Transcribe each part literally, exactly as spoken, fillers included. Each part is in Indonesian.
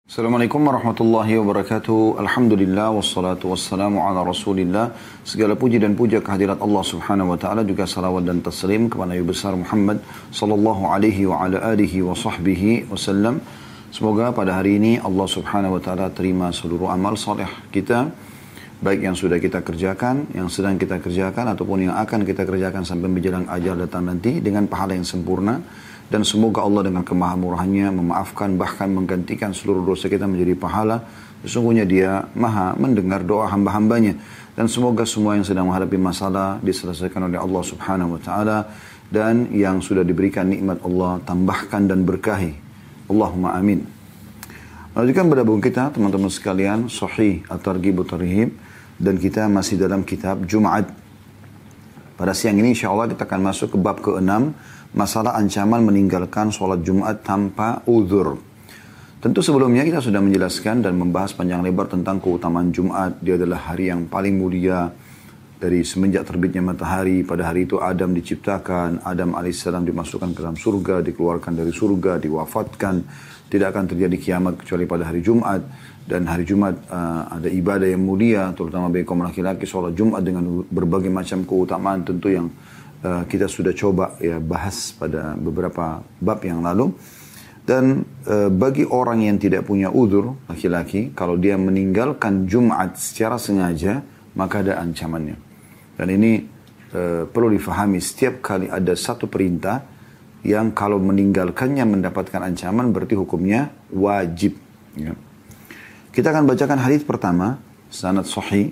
Assalamualaikum warahmatullahi wabarakatuh. Alhamdulillah wassalatu wassalamu ala Rasulillah. Segala puji dan puja kehadirat Allah Subhanahu wa taala, juga salawat dan taslim kepada Nabi besar Muhammad sallallahu alaihi wa ala alihi wa sahbihi wasallam. Semoga pada hari ini Allah Subhanahu wa taala terima seluruh amal saleh kita, baik yang sudah kita kerjakan, yang sedang kita kerjakan ataupun yang akan kita kerjakan sampai menjelang ajal datang nanti dengan pahala yang sempurna. Dan semoga Allah dengan kemahamurahannya memaafkan bahkan menggantikan seluruh dosa kita menjadi pahala. Sesungguhnya dia maha mendengar doa hamba-hambanya. Dan semoga semua yang sedang menghadapi masalah diselesaikan oleh Allah Subhanahu wa taala, dan yang sudah diberikan nikmat Allah tambahkan dan berkahi. Allahumma amin. Lanjutkan pada buku kita teman-teman sekalian, Sahih At-Targhib At-Tarhib, dan kita masih dalam kitab Jumat. Pada siang ini insya Allah kita akan masuk ke bab keenam, masalah ancaman meninggalkan sholat Jumat tanpa uzur. Tentu sebelumnya kita sudah menjelaskan dan membahas panjang lebar tentang keutamaan Jumat. Dia adalah hari yang paling mulia dari semenjak terbitnya matahari. Pada hari itu Adam diciptakan, Adam alaihissalam dimasukkan ke dalam surga, dikeluarkan dari surga, diwafatkan. Tidak akan terjadi kiamat kecuali pada hari Jumat. Dan hari Jumat uh, ada ibadah yang mulia, terutama bagi kaum laki-laki, sholat Jumat dengan berbagai macam keutamaan tentu yang Uh, kita sudah coba ya bahas pada beberapa bab yang lalu. Dan uh, bagi orang yang tidak punya uzur, laki-laki, kalau dia meninggalkan Jumat secara sengaja, maka ada ancamannya. Dan ini uh, perlu difahami, setiap kali ada satu perintah yang kalau meninggalkannya mendapatkan ancaman, berarti hukumnya wajib. Ya. Kita akan bacakan hadis pertama, sanad sahih,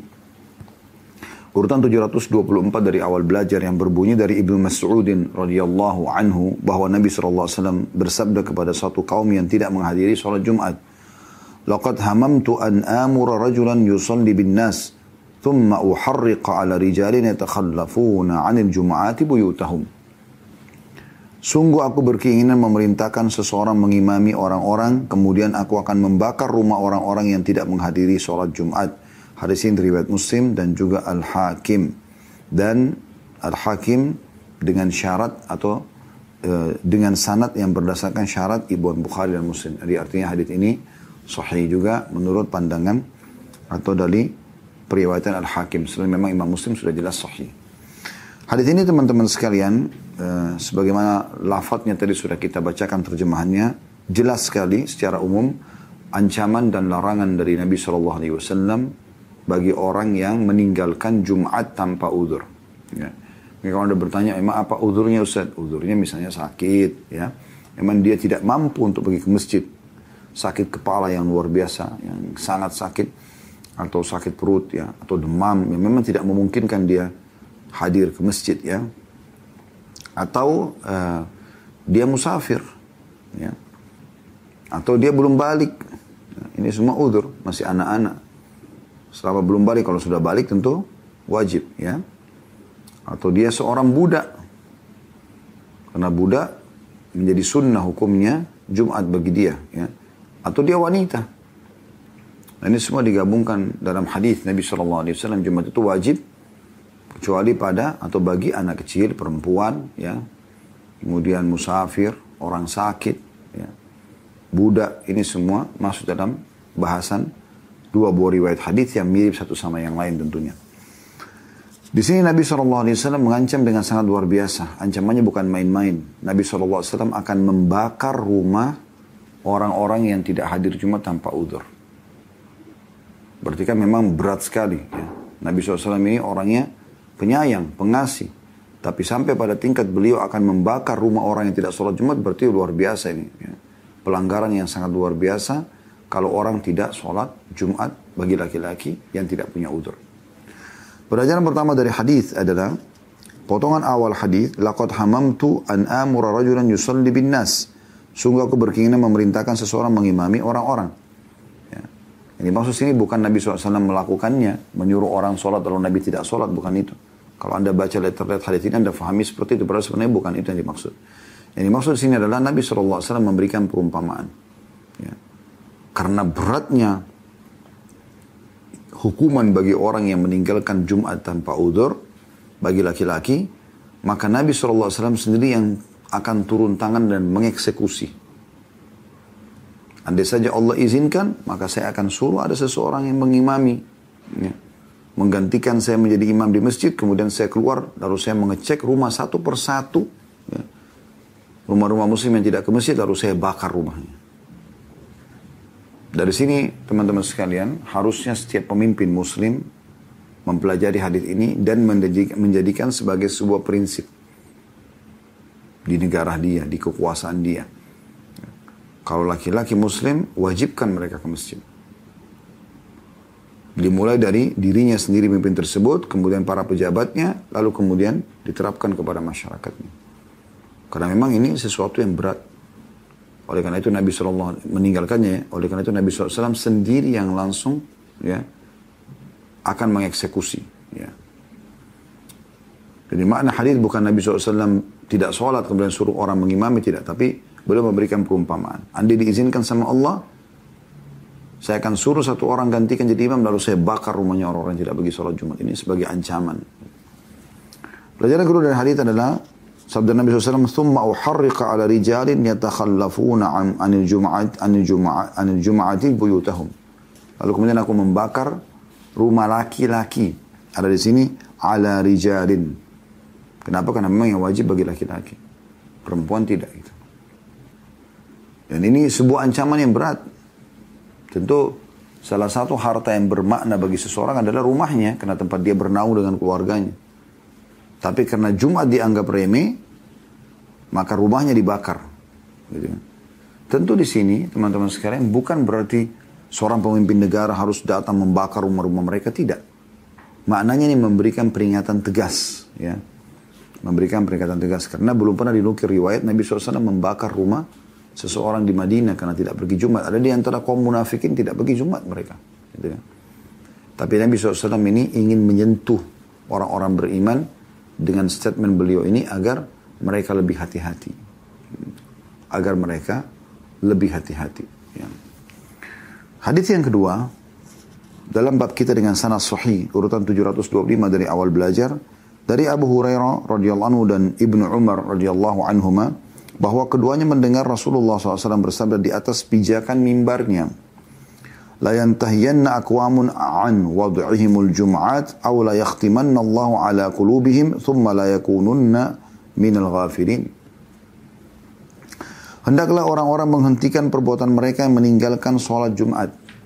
urutan tujuh ratus dua puluh empat dari awal belajar, yang berbunyi dari Ibnu Mas'udin radhiyallahu anhu bahwa Nabi shallallahu alaihi wasallam bersabda kepada satu kaum yang tidak menghadiri sholat Jumat, "Laqad hamamtu an amura rajulan yusalli bin nas, thumma uharriqa ala rijalin yatakhallafuna 'anil jum'ati buyutahum." Sungguh aku berkeinginan memerintahkan seseorang mengimami orang-orang, kemudian aku akan membakar rumah orang-orang yang tidak menghadiri sholat Jumat. Hadis ini riwayat Muslim dan juga Al-Hakim. Dan Al-Hakim dengan syarat atau e, dengan sanad yang berdasarkan syarat Imam Bukhari dan Muslim. Jadi artinya hadis ini sahih juga menurut pandangan atau dari periwayatan Al-Hakim. Selain memang Imam Muslim sudah jelas sahih. Hadis ini teman-teman sekalian, e, sebagaimana lafadznya tadi sudah kita bacakan terjemahannya, jelas sekali secara umum ancaman dan larangan dari Nabi shallallahu alaihi wasallam bagi orang yang meninggalkan Jumat tanpa uzur. Ya. Kalau Anda bertanya, emang apa uzurnya Ustaz? Uzurnya misalnya sakit, ya. Memang dia tidak mampu untuk pergi ke masjid. Sakit kepala yang luar biasa, yang sangat sakit, atau sakit perut, ya, atau demam, yang memang tidak memungkinkan dia hadir ke masjid, ya. Atau uh, dia musafir, ya. Atau dia belum balik. Ini semua uzur, masih anak-anak. Selama belum balik, kalau sudah balik tentu wajib, ya. Atau dia seorang budak. Karena budak menjadi sunnah hukumnya Jumat bagi dia, ya. Atau dia wanita. Nah, ini semua digabungkan dalam hadis Nabi shallallahu alaihi wasallam, Jumat itu wajib kecuali pada atau bagi anak kecil, perempuan, ya. Kemudian musafir, orang sakit, ya. Budak, ini semua masuk dalam bahasan dua buah riwayat hadis yang mirip satu sama yang lain tentunya. Di sini Nabi shallallahu alaihi wasallam mengancam dengan sangat luar biasa. Ancamannya bukan main-main. Nabi shallallahu alaihi wasallam akan membakar rumah orang-orang yang tidak hadir Jumat tanpa uzur. Berarti kan memang berat sekali. Ya. Nabi shallallahu alaihi wasallam ini orangnya penyayang, pengasih. Tapi sampai pada tingkat beliau akan membakar rumah orang yang tidak sholat Jumat, berarti luar biasa ini. Ya. Pelanggaran yang sangat luar biasa kalau orang tidak sholat Jumat bagi laki-laki yang tidak punya uzur. Pelajaran pertama dari hadis adalah potongan awal hadis, laqad hamamtu an amura rajulan yusalli bin nas. Sungguh aku berkeinginan memerintahkan seseorang mengimami orang-orang. Ya. Yang dimaksud sini bukan Nabi shallallahu alaihi wasallam melakukannya, menyuruh orang sholat lalu Nabi tidak sholat, bukan itu. Kalau Anda baca letterlet hadis ini, Anda fahami seperti itu, padahal sebenarnya bukan itu yang dimaksud. Yang dimaksud sini adalah Nabi shallallahu alaihi wasallam memberikan perumpamaan. Ya. Karena beratnya hukuman bagi orang yang meninggalkan Jumat tanpa uzur bagi laki-laki, maka Nabi shallallahu alaihi wasallam sendiri yang akan turun tangan dan mengeksekusi. Andai saja Allah izinkan, maka saya akan suruh ada seseorang yang mengimami. Ya. Menggantikan saya menjadi imam di masjid, kemudian saya keluar, lalu saya mengecek rumah satu persatu. Ya. Rumah-rumah muslim yang tidak ke masjid, lalu saya bakar rumahnya. Dari sini, teman-teman sekalian, harusnya setiap pemimpin muslim mempelajari hadis ini dan menjadikan sebagai sebuah prinsip di negara dia, di kekuasaan dia. Kalau laki-laki muslim, wajibkan mereka ke masjid. Dimulai dari dirinya sendiri pemimpin tersebut, kemudian para pejabatnya, lalu kemudian diterapkan kepada masyarakatnya. Karena memang ini sesuatu yang berat. Oleh karena itu Nabi shallallahu alaihi wasallam meninggalkannya. Oleh karena itu Nabi shallallahu alaihi wasallam sendiri yang langsung ya akan mengeksekusi. Ya. Jadi makna hadis bukan Nabi shallallahu alaihi wasallam tidak sholat kemudian suruh orang mengimami, tidak. Tapi beliau memberikan perumpamaan. Andai diizinkan sama Allah, saya akan suruh satu orang gantikan jadi imam, lalu saya bakar rumahnya orang-orang yang tidak pergi sholat Jumat. Ini sebagai ancaman. Pelajaran kedua dari hadis adalah sabda Nabi shallallahu alaihi wasallam, "Tsumma uharriqa ala rijalin yatakhallafuna an anil jum'at anil jum'at anil jum'ati buyutahum." Lalu kemudian aku membakar rumah laki-laki. Ada di sini ala rijalin. Kenapa? Karena memang yang wajib bagi laki-laki. Perempuan tidak gitu. Dan ini sebuah ancaman yang berat. Tentu salah satu harta yang bermakna bagi seseorang adalah rumahnya, karena tempat dia bernaung dengan keluarganya. Tapi karena Jumat dianggap remeh, maka rumahnya dibakar. Gitu. Tentu di sini, teman-teman sekalian, bukan berarti seorang pemimpin negara harus datang membakar rumah-rumah mereka, tidak. Maknanya ini memberikan peringatan tegas. Ya. Memberikan peringatan tegas. Karena belum pernah dinukir riwayat Nabi shallallahu alaihi wasallam membakar rumah seseorang di Madinah karena tidak pergi Jumat. Ada di antara kaum munafikin tidak pergi Jumat mereka. Gitu kan. Tapi Nabi shallallahu alaihi wasallam ini ingin menyentuh orang-orang beriman dengan statement beliau ini agar mereka lebih hati-hati. Agar mereka lebih hati-hati. Ya. Hadis yang kedua, dalam bab kita dengan sanad sahih, urutan tujuh ratus dua puluh lima dari awal belajar, dari Abu Hurairah radhiyallahu anhu dan Ibnu Umar radhiyallahu anhuma, bahwa keduanya mendengar Rasulullah shallallahu alaihi wasallam bersabda di atas pijakan mimbarnya, la yantahiyanna aqwamun an wad'ihimul jum'at aw la yakhtimanna Allahu ala qulubihim thumma la yakununna minal ghafirin. Hendaklah orang-orang menghentikan perbuatan mereka yang meninggalkan sholat Jumat,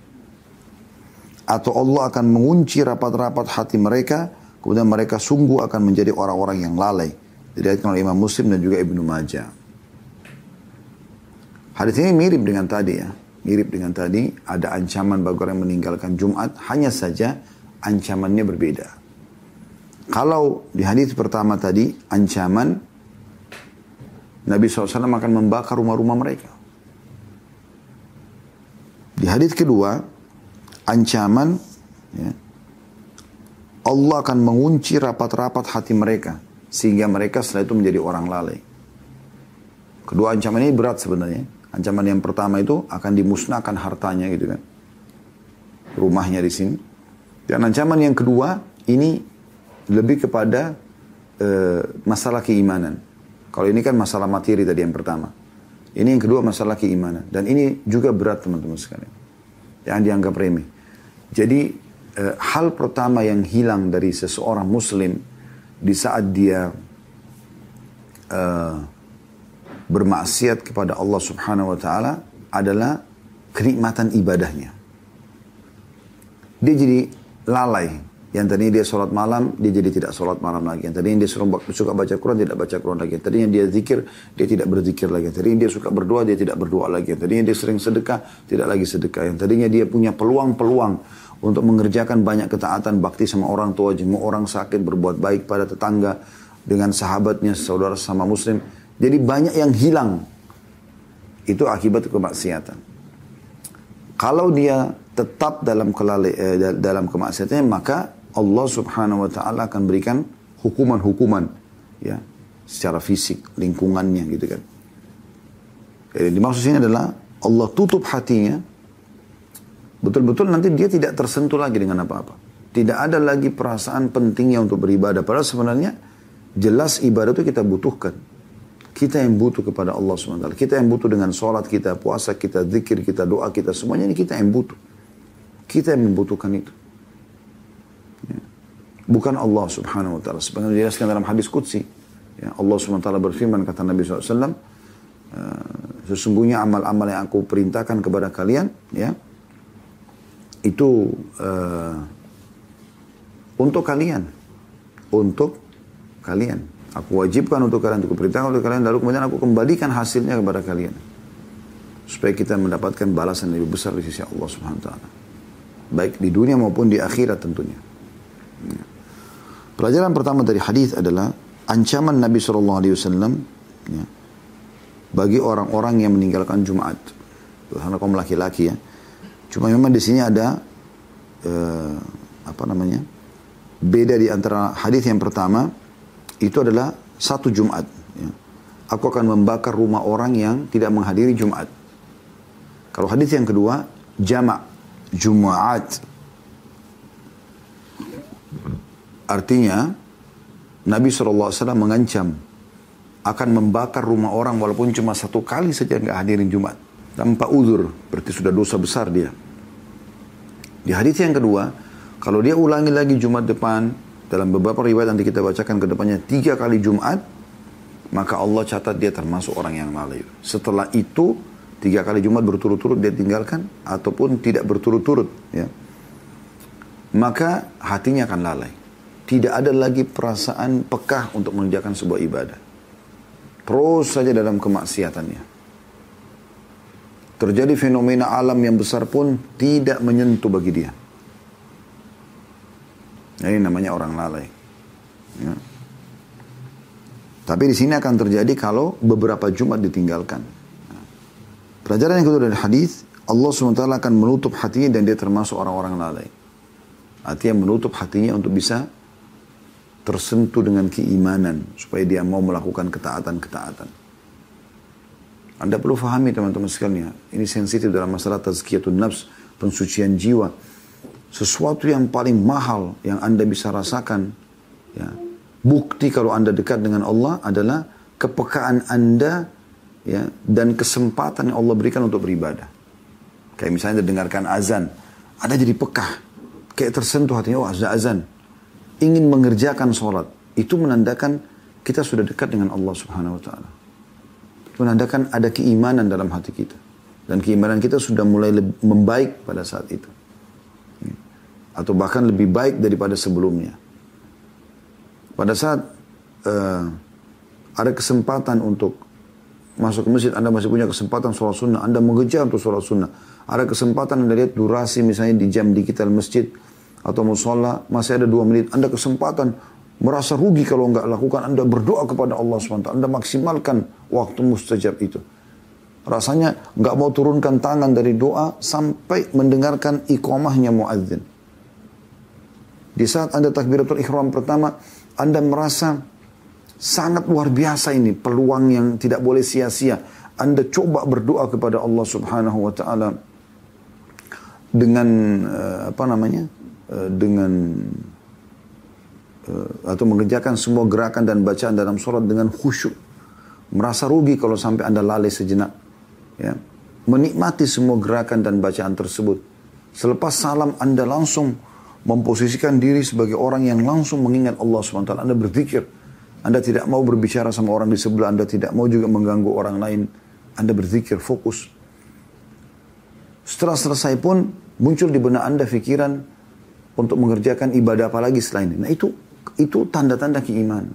atau Allah akan mengunci rapat-rapat hati mereka, kemudian mereka sungguh akan menjadi orang-orang yang lalai. Diriwayatkan oleh Imam Muslim dan juga Ibnu Majah. Hadis ini mirip dengan tadi ya. Mirip dengan tadi, ada ancaman bagi orang yang meninggalkan Jumat, hanya saja ancamannya berbeda. Kalau di hadis pertama tadi, ancaman Nabi shallallahu alaihi wasallam akan membakar rumah-rumah mereka. Di hadis kedua, ancaman ya, Allah akan mengunci rapat-rapat hati mereka, sehingga mereka setelah itu menjadi orang lalai. Kedua ancaman ini berat sebenarnya. Ancaman yang pertama itu akan dimusnahkan hartanya gitu kan. Rumahnya di sini. Dan ancaman yang kedua ini lebih kepada uh, masalah keimanan. Kalau ini kan masalah materi tadi yang pertama. Ini yang kedua masalah keimanan. Dan ini juga berat teman-teman sekalian. Yang dianggap remeh. Jadi uh, hal pertama yang hilang dari seseorang muslim di saat dia uh, bermaksiat kepada Allah subhanahu wa ta'ala adalah kenikmatan ibadahnya. Dia jadi lalai. Yang tadinya dia sholat malam, dia jadi tidak sholat malam lagi. Yang tadinya dia suka baca Quran, tidak baca Quran lagi. Yang tadinya dia zikir, dia tidak berzikir lagi. Yang tadinya dia suka berdoa, dia tidak berdoa lagi. Yang tadinya dia sering sedekah, tidak lagi sedekah. Yang tadinya dia punya peluang-peluang untuk mengerjakan banyak ketaatan, bakti sama orang tua, jenguk orang sakit, berbuat baik pada tetangga, dengan sahabatnya, saudara sama muslim. Jadi banyak yang hilang. Itu akibat kemaksiatan. Kalau dia tetap dalam kelale, eh, dalam kemaksiatannya, maka Allah subhanahu wa ta'ala akan berikan hukuman-hukuman. Ya, secara fisik, lingkungannya gitu kan. Jadi dimaksud sini adalah Allah tutup hatinya. Betul-betul nanti dia tidak tersentuh lagi dengan apa-apa. Tidak ada lagi perasaan pentingnya untuk beribadah. Padahal sebenarnya jelas ibadah itu kita butuhkan. Kita yang butuh kepada Allah subhanahu wa taala. Kita yang butuh dengan sholat kita, puasa kita, zikir kita, doa kita. Semuanya ini kita yang butuh. Kita yang membutuhkan itu. Ya. Bukan Allah subhanahu wa ta'ala. Sebagaimana dijelaskan dalam hadis Qudsi. Ya, Allah subhanahu wa ta'ala berfirman, kata Nabi shallallahu alaihi wasallam, uh, sesungguhnya amal-amal yang aku perintahkan kepada kalian, ya, itu uh, untuk kalian. Untuk kalian. Aku wajibkan untuk kalian, untuk perintahkan untuk kalian, lalu kemudian aku kembalikan hasilnya kepada kalian. Supaya kita mendapatkan balasan yang lebih besar di sisi Allah subhanahu wa ta'ala. Baik di dunia maupun di akhirat tentunya. Ya. Pelajaran pertama dari hadis adalah ancaman Nabi shallallahu alaihi wasallam ya, bagi orang-orang yang meninggalkan Jumat. Karena kaum laki-laki ya. Cuma memang di sini ada eh, apa namanya? Beda di antara hadis yang pertama. Itu adalah satu Jumat. Ya. Aku akan membakar rumah orang yang tidak menghadiri Jumat. Kalau hadis yang kedua, jama' Jumat. Artinya, Nabi shallallahu alaihi wasallam mengancam akan membakar rumah orang walaupun cuma satu kali saja nggak hadirin Jumat. Tanpa uzur, berarti sudah dosa besar dia. Di hadis yang kedua, kalau dia ulangi lagi Jumat depan, dalam beberapa riwayat nanti kita bacakan ke depannya tiga kali Jumat, maka Allah catat dia termasuk orang yang lalai. Setelah itu tiga kali Jumat berturut-turut dia tinggalkan ataupun tidak berturut-turut, ya, maka hatinya akan lalai. Tidak ada lagi perasaan pekah untuk mengerjakan sebuah ibadah. Terus saja dalam kemaksiatannya. Terjadi fenomena alam yang besar pun tidak menyentuh bagi dia. Ini namanya orang lalai. Ya. Tapi di sini akan terjadi kalau beberapa Jumat ditinggalkan. Nah. Pelajaran yang kedua dari hadis, Allah subhanahu wa taala akan menutup hatinya dan dia termasuk orang-orang lalai. Artinya menutup hatinya untuk bisa tersentuh dengan keimanan supaya dia mau melakukan ketaatan-ketaatan. Anda perlu fahami teman-teman sekalian, ini sensitif dalam masalah tazkiyatun nafs, pensucian jiwa. Sesuatu yang paling mahal yang Anda bisa rasakan, ya, bukti kalau Anda dekat dengan Allah adalah kepekaan Anda, ya, dan kesempatan yang Allah berikan untuk beribadah. Kayak misalnya Anda dengarkan azan, Anda jadi pekah, kayak tersentuh hatinya, oh ada azan, ingin mengerjakan sholat. Itu menandakan kita sudah dekat dengan Allah subhanahu wa ta'ala. Itu menandakan ada keimanan dalam hati kita. Dan keimanan kita sudah mulai membaik pada saat itu. Atau bahkan lebih baik daripada sebelumnya. Pada saat uh, ada kesempatan untuk masuk ke masjid, Anda masih punya kesempatan sholat sunnah, Anda mengejar untuk sholat sunnah. Ada kesempatan Anda lihat durasi misalnya di jam digital masjid atau musola, masih ada dua menit, Anda kesempatan merasa rugi kalau nggak lakukan, Anda berdoa kepada Allah subhanahu wa taala, Anda maksimalkan waktu mustajab itu. Rasanya nggak mau turunkan tangan dari doa sampai mendengarkan iqamahnya muadzin. Di saat Anda takbiratul ihram pertama, Anda merasa sangat luar biasa ini, peluang yang tidak boleh sia-sia. Anda coba berdoa kepada Allah subhanahu wa ta'ala dengan, uh, apa namanya, uh, dengan, uh, atau mengerjakan semua gerakan dan bacaan dalam sholat dengan khusyuk. Merasa rugi kalau sampai Anda lalai sejenak. Ya. Menikmati semua gerakan dan bacaan tersebut. Selepas salam, Anda langsung memposisikan diri sebagai orang yang langsung mengingat Allah subhanahu wa taala. Anda berzikir. Anda tidak mau berbicara sama orang di sebelah. Anda tidak mau juga mengganggu orang lain. Anda berzikir, fokus. Setelah selesai pun, muncul di benak Anda pikiran untuk mengerjakan ibadah apa lagi selain ini. Nah itu, itu tanda-tanda keimanan.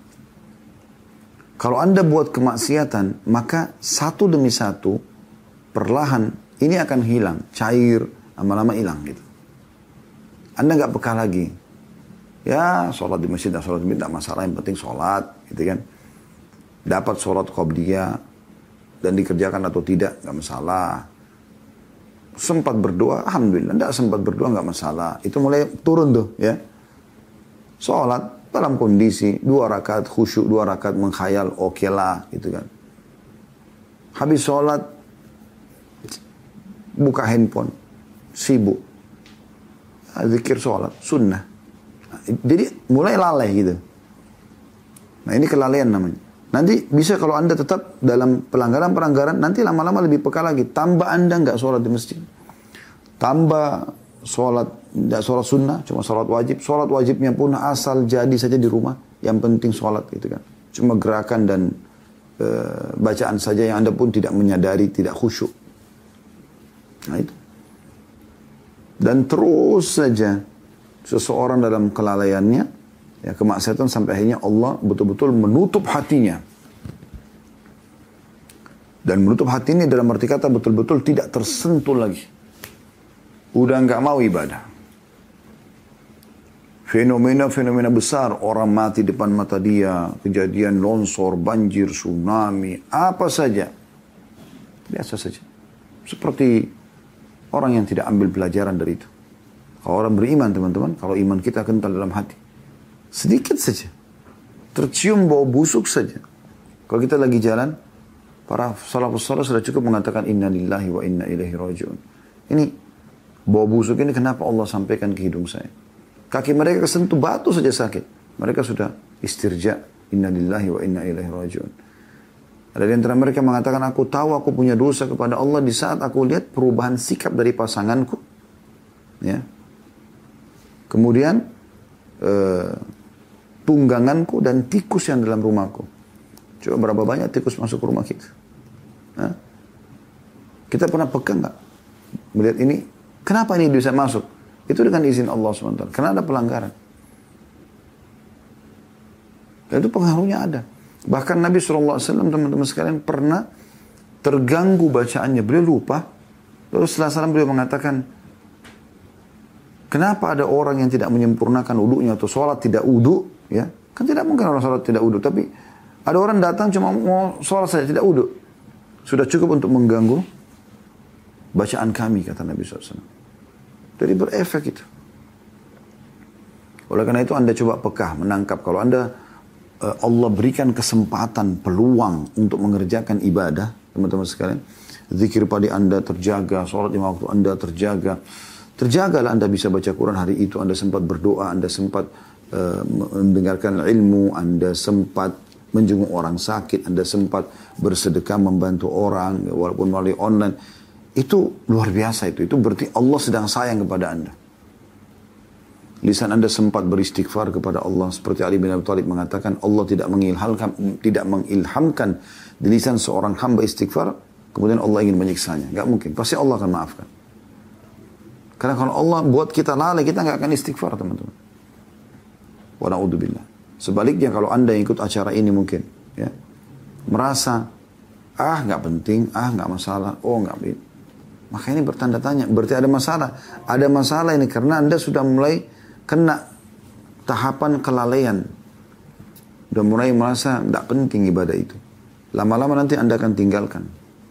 Kalau Anda buat kemaksiatan, maka satu demi satu, perlahan, ini akan hilang. Cair, lama-lama hilang gitu. Anda nggak peka lagi. Ya, sholat di masjid, sholat di masjid, tidak masalah. Yang penting sholat, gitu kan. Dapat sholat qobliyah dan dikerjakan atau tidak, nggak masalah. Sempat berdoa, alhamdulillah. Tidak sempat berdoa, nggak masalah. Itu mulai turun tuh, ya. Sholat dalam kondisi dua rakaat khusyuk, dua rakaat menghayal, oke okay lah, gitu kan. Habis sholat, buka handphone, sibuk. Zikir sholat, sunnah. Jadi mulai lalai gitu. Nah ini kelalaian namanya. Nanti bisa kalau Anda tetap dalam pelanggaran-pelanggaran, nanti lama-lama lebih peka lagi. Tambah Anda nggak sholat di masjid. Tambah sholat, tidak sholat sunnah, cuma sholat wajib. Sholat wajibnya pun asal jadi saja di rumah. Yang penting sholat gitu kan. Cuma gerakan dan e, bacaan saja yang Anda pun tidak menyadari, tidak khusyuk. Nah itu. Dan terus saja seseorang dalam kelalaiannya, ya, kemaksiatan sampai akhirnya Allah betul-betul menutup hatinya. Dan menutup hati ini dalam arti kata betul-betul tidak tersentuh lagi. Udah nggak mau ibadah. Fenomena-fenomena besar, orang mati depan mata dia, kejadian longsor, banjir, tsunami, apa saja. Biasa saja. Seperti orang yang tidak ambil pelajaran dari itu. Kalau orang beriman teman-teman, kalau iman kita kental dalam hati. Sedikit saja. Tercium bau busuk saja. Kalau kita lagi jalan, para salafus saleh sudah cukup mengatakan inna lillahi wa inna ilaihi raji'un. Ini bau busuk ini kenapa Allah sampaikan ke hidung saya? Kaki mereka kesentuh batu saja sakit. Mereka sudah istirja. Inna lillahi wa inna ilaihi raji'un. Ada di antara mereka mengatakan, aku tahu aku punya dosa kepada Allah di saat aku lihat perubahan sikap dari pasanganku. Ya. Kemudian eh, tungganganku dan tikus yang dalam rumahku. Coba berapa banyak tikus masuk ke rumah kita? Hah? Kita pernah pegang nggak melihat ini? Kenapa ini bisa masuk? Itu dengan izin Allah subhanahu wa taala. Karena ada pelanggaran. Dan itu pengaruhnya ada. Bahkan Nabi shallallahu alaihi wasallam teman-teman sekalian pernah terganggu bacaannya. Beliau lupa. Lalu setelah salam beliau mengatakan, kenapa ada orang yang tidak menyempurnakan wudunya atau sholat tidak wudu? Ya, kan tidak mungkin orang sholat tidak wudu. Tapi ada orang datang cuma mau sholat saja tidak wudu. Sudah cukup untuk mengganggu bacaan kami, kata Nabi shallallahu alaihi wasallam. Jadi berefek itu. Oleh karena itu Anda coba peka, menangkap. Kalau Anda uh, Allah berikan kesempatan, peluang untuk mengerjakan ibadah, teman-teman sekalian, zikir pada Anda terjaga, sholat lima waktu Anda terjaga. Terjagalah Anda bisa baca Quran hari itu, Anda sempat berdoa, Anda sempat uh, mendengarkan ilmu, Anda sempat menjenguk orang sakit, Anda sempat bersedekah membantu orang, walaupun melalui online. Itu luar biasa itu. Itu berarti Allah sedang sayang kepada Anda. Lisan Anda sempat beristighfar kepada Allah. Seperti Ali bin Abi Thalib mengatakan, Allah tidak mengilhamkan, tidak mengilhamkan di lisan seorang hamba istighfar, kemudian Allah ingin menyiksanya. Gak mungkin. Pasti Allah akan maafkan. Karena kalau Allah buat kita lalai, kita gak akan istighfar, teman-teman. Wa na'udzubillah. Sebaliknya kalau Anda yang ikut acara ini mungkin, ya, merasa, ah gak penting, ah gak masalah, oh gak penting. Maka ini bertanda tanya, berarti ada masalah. Ada masalah ini karena Anda sudah mulai kena tahapan kelalaian. Sudah mulai merasa tidak penting ibadah itu. Lama-lama nanti Anda akan tinggalkan.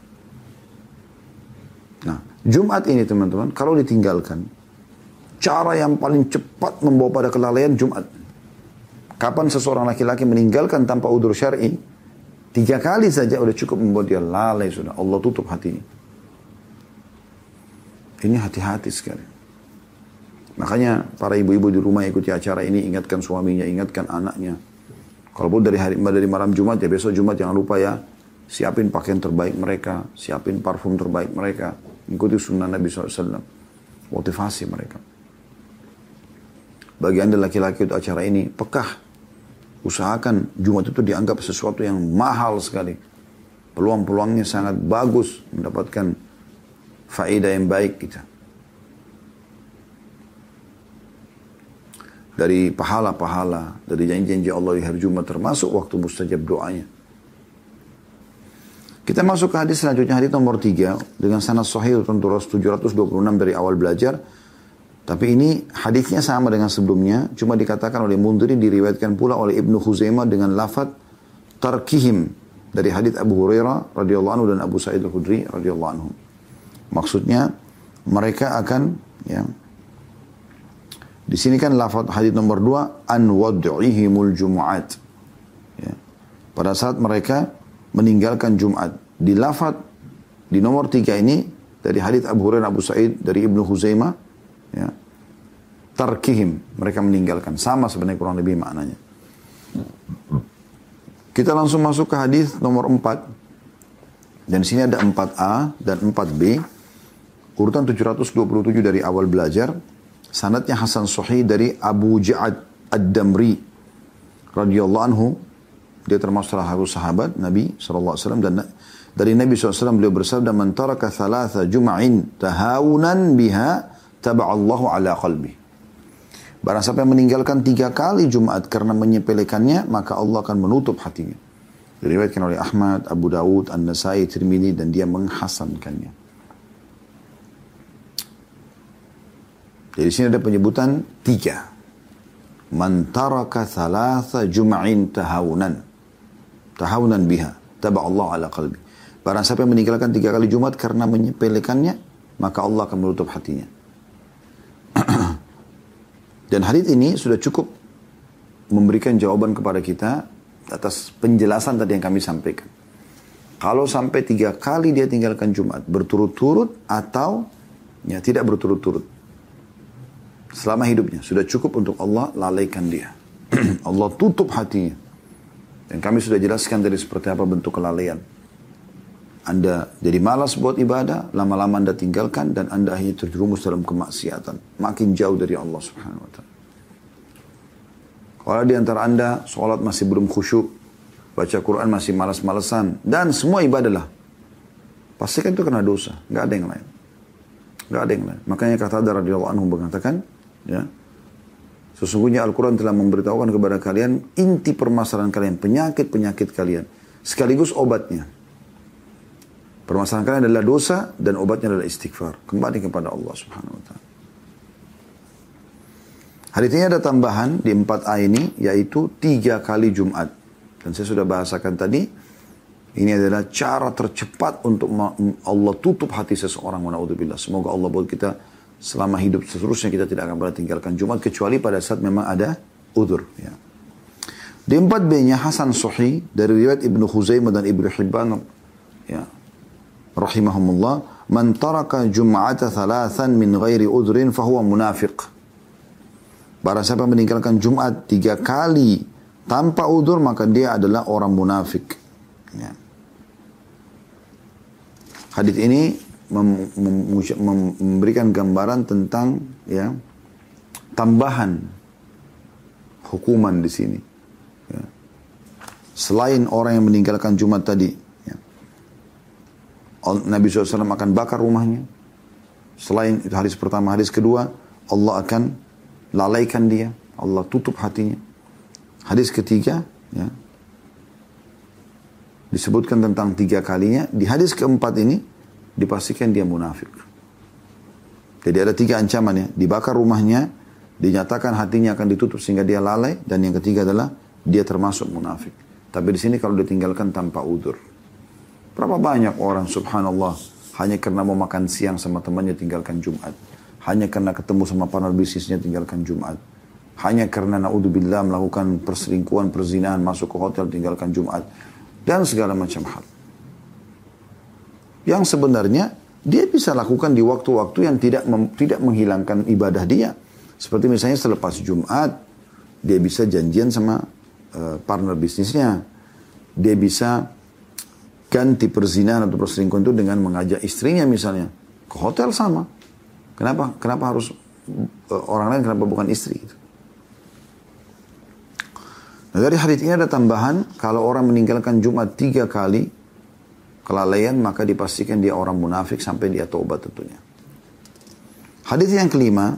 Nah, Jumat ini teman-teman, kalau ditinggalkan, cara yang paling cepat membawa pada kelalaian Jumat. Kapan seseorang laki-laki meninggalkan tanpa udzur syar'i, tiga kali saja sudah cukup membuat dia lalai sudah. Allah tutup hatinya. Ini hati-hati sekali. Makanya para ibu-ibu di rumah ikuti acara ini, ingatkan suaminya, ingatkan anaknya. Kalaupun dari hari dari malam Jumat ya besok Jumat jangan lupa ya, siapin pakaian terbaik mereka, siapin parfum terbaik mereka, ikuti sunnah Nabi shallallahu alaihi wasallam, motivasi mereka. Bagi Anda laki-laki itu acara ini, pekah, usahakan Jumat itu dianggap sesuatu yang mahal sekali. Peluang-peluangnya sangat bagus mendapatkan faedah yang baik kita. Dari pahala-pahala, dari janji-janji Allah di hari Jumat termasuk waktu mustajab doanya. Kita masuk ke hadis selanjutnya, hadis nomor tiga dengan sanad sahih tujuh ratus dua puluh enam dari awal belajar. Tapi ini hadisnya sama dengan sebelumnya, cuma dikatakan oleh Mundhiri, diriwayatkan pula oleh Ibnu Khuzaimah dengan lafaz tarkihim dari hadis Abu Hurairah radhiyallahu anhu dan Abu Sa'id Al-Khudri radhiyallahu anhu. Maksudnya mereka akan, ya, di sini kan lafaz hadis nomor dua, an wad'ihimul jumu'at, ya, pada saat mereka meninggalkan Jumat. Di lafaz di nomor tiga ini dari hadis Abu Hurairah, Abu Sa'id dari Ibnu Khuzaimah, ya, tarkihim, mereka meninggalkan, sama sebenarnya kurang lebih maknanya. Kita langsung masuk ke hadis nomor empat. Dan sini ada empat A dan empat B. Urutan tujuh ratus dua puluh tujuh dari awal belajar. Sanadnya Hasan Sahih dari Abu Ja'ad Ad-Damri radhiyallahu anhu. Dia termasuk salah satu sahabat Nabi sallallahu alaihi wasallam, dan dari Nabi sallallahu alaihi wasallam beliau bersabda, "Man taraka thalatha jum'in tahawunan biha taba'allahu ala qalbi." Barang siapa yang meninggalkan tiga kali Jumat karena menyepelekannya, maka Allah akan menutup hatinya. Diriwayatkan oleh Ahmad, Abu Dawud, An-Nasai, Tirmidzi, dan dia menghasankannya. Jadi sini ada penyebutan tiga. Man taraka thalatha jum'in tahawunan. Tahawunan biha. Taba'allahu ala qalbi. Barang siapa yang meninggalkan tiga kali Jumat karena menyepelekannya, maka Allah akan menutup hatinya. Dan hadits ini sudah cukup memberikan jawaban kepada kita atas penjelasan tadi yang kami sampaikan. Kalau sampai tiga kali dia tinggalkan Jumat berturut-turut atau ya tidak berturut-turut selama hidupnya, sudah cukup untuk Allah lalaikan dia. Allah tutup hatinya. Dan kami sudah jelaskan dari seperti apa bentuk kelalaian. Anda jadi malas buat ibadah, lama-lama Anda tinggalkan, dan Anda akhirnya terjerumus dalam kemaksiatan. Makin jauh dari Allah subhanahu wa ta'ala. Kalau di antara Anda, sholat masih belum khusyuk, baca Quran masih malas-malesan, dan semua ibadah lah, pastikan itu kena dosa. Nggak ada yang lain. Nggak ada yang lain. Makanya kata Qatada radhiyallahu anhu mengatakan, ya, sesungguhnya Al-Quran telah memberitahukan kepada kalian inti permasalahan kalian, penyakit-penyakit kalian, sekaligus obatnya. Permasalahan kalian adalah dosa dan obatnya adalah istighfar. Kembali kepada Allah subhanahu wa ta'ala. Hadis ini ada tambahan di empat A ini, yaitu tiga kali Jumat. Dan saya sudah bahasakan tadi, ini adalah cara tercepat untuk Allah tutup hati seseorang. Na'udzubillah. Semoga Allah buat kita selama hidup seterusnya kita tidak akan pernah tinggalkan Jumat, kecuali pada saat memang ada udzur. Ya. Di empat B-nya Hasan Sahih dari riwayat Ibnu Khuzaimah dan Ibnu Hibban, ya, rahimahumullah, man taraka jum'ata thalathan min ghairi udhrin fahuwa munafiq. Barang siapa meninggalkan Jumat tiga kali tanpa udzur, maka dia adalah orang munafik. Ya. Hadis ini mem mem mem memberikan gambaran tentang, ya, tambahan hukuman di sini. Ya. Selain orang yang meninggalkan Jumat tadi, ya, Nabi shallallahu alaihi wasallam akan bakar rumahnya. Selain itu hadis pertama, hadis kedua, Allah akan lalaikan dia, Allah tutup hatinya. Hadis ketiga, ya, disebutkan tentang tiga kalinya. Di hadis keempat ini dipastikan dia munafik. Jadi ada tiga ancaman, ya, dibakar rumahnya, dinyatakan hatinya akan ditutup sehingga dia lalai, dan yang ketiga adalah dia termasuk munafik. Tapi di sini kalau ditinggalkan tanpa udzur. Berapa banyak orang subhanallah hanya karena mau makan siang sama temannya tinggalkan Jumat. Hanya karena ketemu sama partner bisnisnya tinggalkan Jumat. Hanya karena na'udzubillah melakukan perselingkuhan, perzinahan, masuk ke hotel tinggalkan Jumat. Dan segala macam hal. Yang sebenarnya dia bisa lakukan di waktu-waktu yang tidak mem, tidak menghilangkan ibadah dia. Seperti misalnya selepas Jumat, dia bisa janjian sama uh, partner bisnisnya. Dia bisa ganti perzinahan atau perselingkuhan itu dengan mengajak istrinya misalnya ke hotel sama. Kenapa? Kenapa harus uh, orang lain? Kenapa bukan istri? Gitu. Nah, dari hadits ini ada tambahan, kalau orang meninggalkan Jumat tiga kali kelalaian, maka dipastikan dia orang munafik sampai dia taubat tentunya. Hadits yang kelima,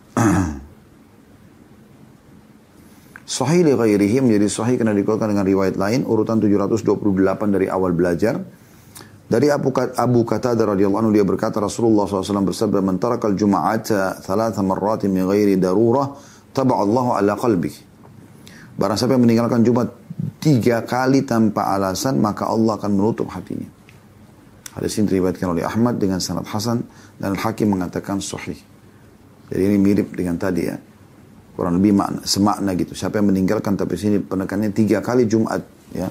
sahih li ghairihi, menjadi sahih karena dikeluarkan dengan riwayat lain, urutan tujuh ratus dua puluh delapan dari awal belajar. Dari Abu, Abu Qatada radhiyallahu anhu, dia berkata Rasulullah shallallahu alaihi wasallam bersabda, man tarakal jum'ata thalatha marratin min ghairi darurah taba'allahu ala qalbi. Barang siapa yang meninggalkan Jumat tiga kali tanpa alasan, maka Allah akan menutup hatinya. Hadis ini diriwayatkan oleh Ahmad dengan sanad hasan, dan Al-Hakim mengatakan sahih. Jadi ini mirip dengan tadi, ya, kurang lebih makna, semakna gitu. Siapa yang meninggalkan, tapi sini penekannya tiga kali Jumat, ya,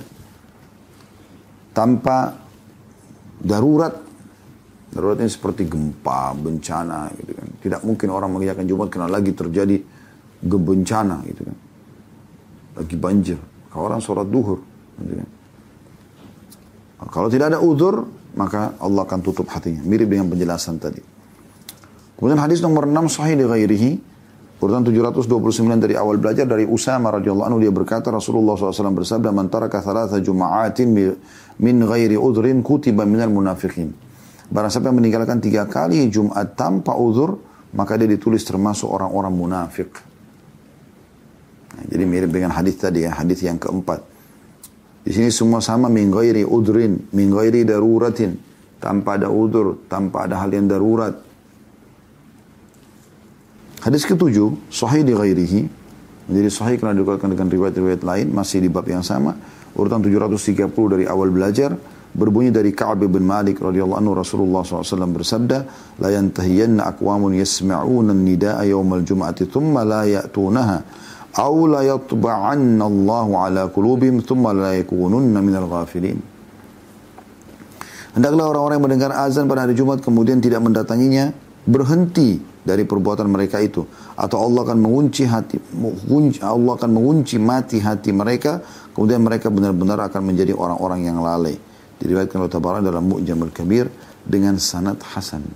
tanpa darurat. Darurat ini seperti gempa, bencana gitu kan. Tidak mungkin orang mengerjakan Jumat karena lagi terjadi bencana gitu kan. Lagi banjir. Kalau orang sholat duhur, Kalau tidak ada uzur, maka Allah akan tutup hatinya. Mirip dengan penjelasan tadi. Kemudian hadis nomor enam sahih di ghairihi, urutan tujuh ratus dua puluh sembilan dari awal belajar dari Usama radhiyallahu anhu, dia berkata Rasulullah shallallahu alaihi wasallam bersabda, "Man taraka thalatha juma'atin min ghairi udhrin kutiba minal munafiqin." Barang siapa yang meninggalkan tiga kali Jumat tanpa uzur, maka dia ditulis termasuk orang-orang munafik. Nah, jadi mirip dengan hadis tadi ya, hadis yang keempat. Di sini semua sama, min ghairi udhrin, min ghairi daruratin, tanpa ada udzur, tanpa ada hal yang darurat. Hadis ketujuh, sahih di ghairihi, menjadi sahih karena dikuatkan dengan riwayat-riwayat lain, masih di bab yang sama, urutan tujuh ratus tiga puluh dari awal belajar, berbunyi dari Ka'ab bin Malik radhiyallahu anhu, Rasulullah shallallahu alaihi wasallam bersabda, la yantahiyanna aqwamun yasma'una an-nida'a yawmal jum'ati thumma la ya'tunaha, aw la yatba'anna Allahu ala qulubihim thumma la yakununna minal ghafilin. Hendaklah orang-orang yang mendengar azan pada hari Jumat kemudian tidak mendatanginya, berhenti dari perbuatan mereka itu, atau Allah akan mengunci hati, Allah akan mengunci mati hati mereka, kemudian mereka benar-benar akan menjadi orang-orang yang lalai. Diriwayatkan oleh Tabarani dalam Mu'jam al-Kabir dengan sanad hasan.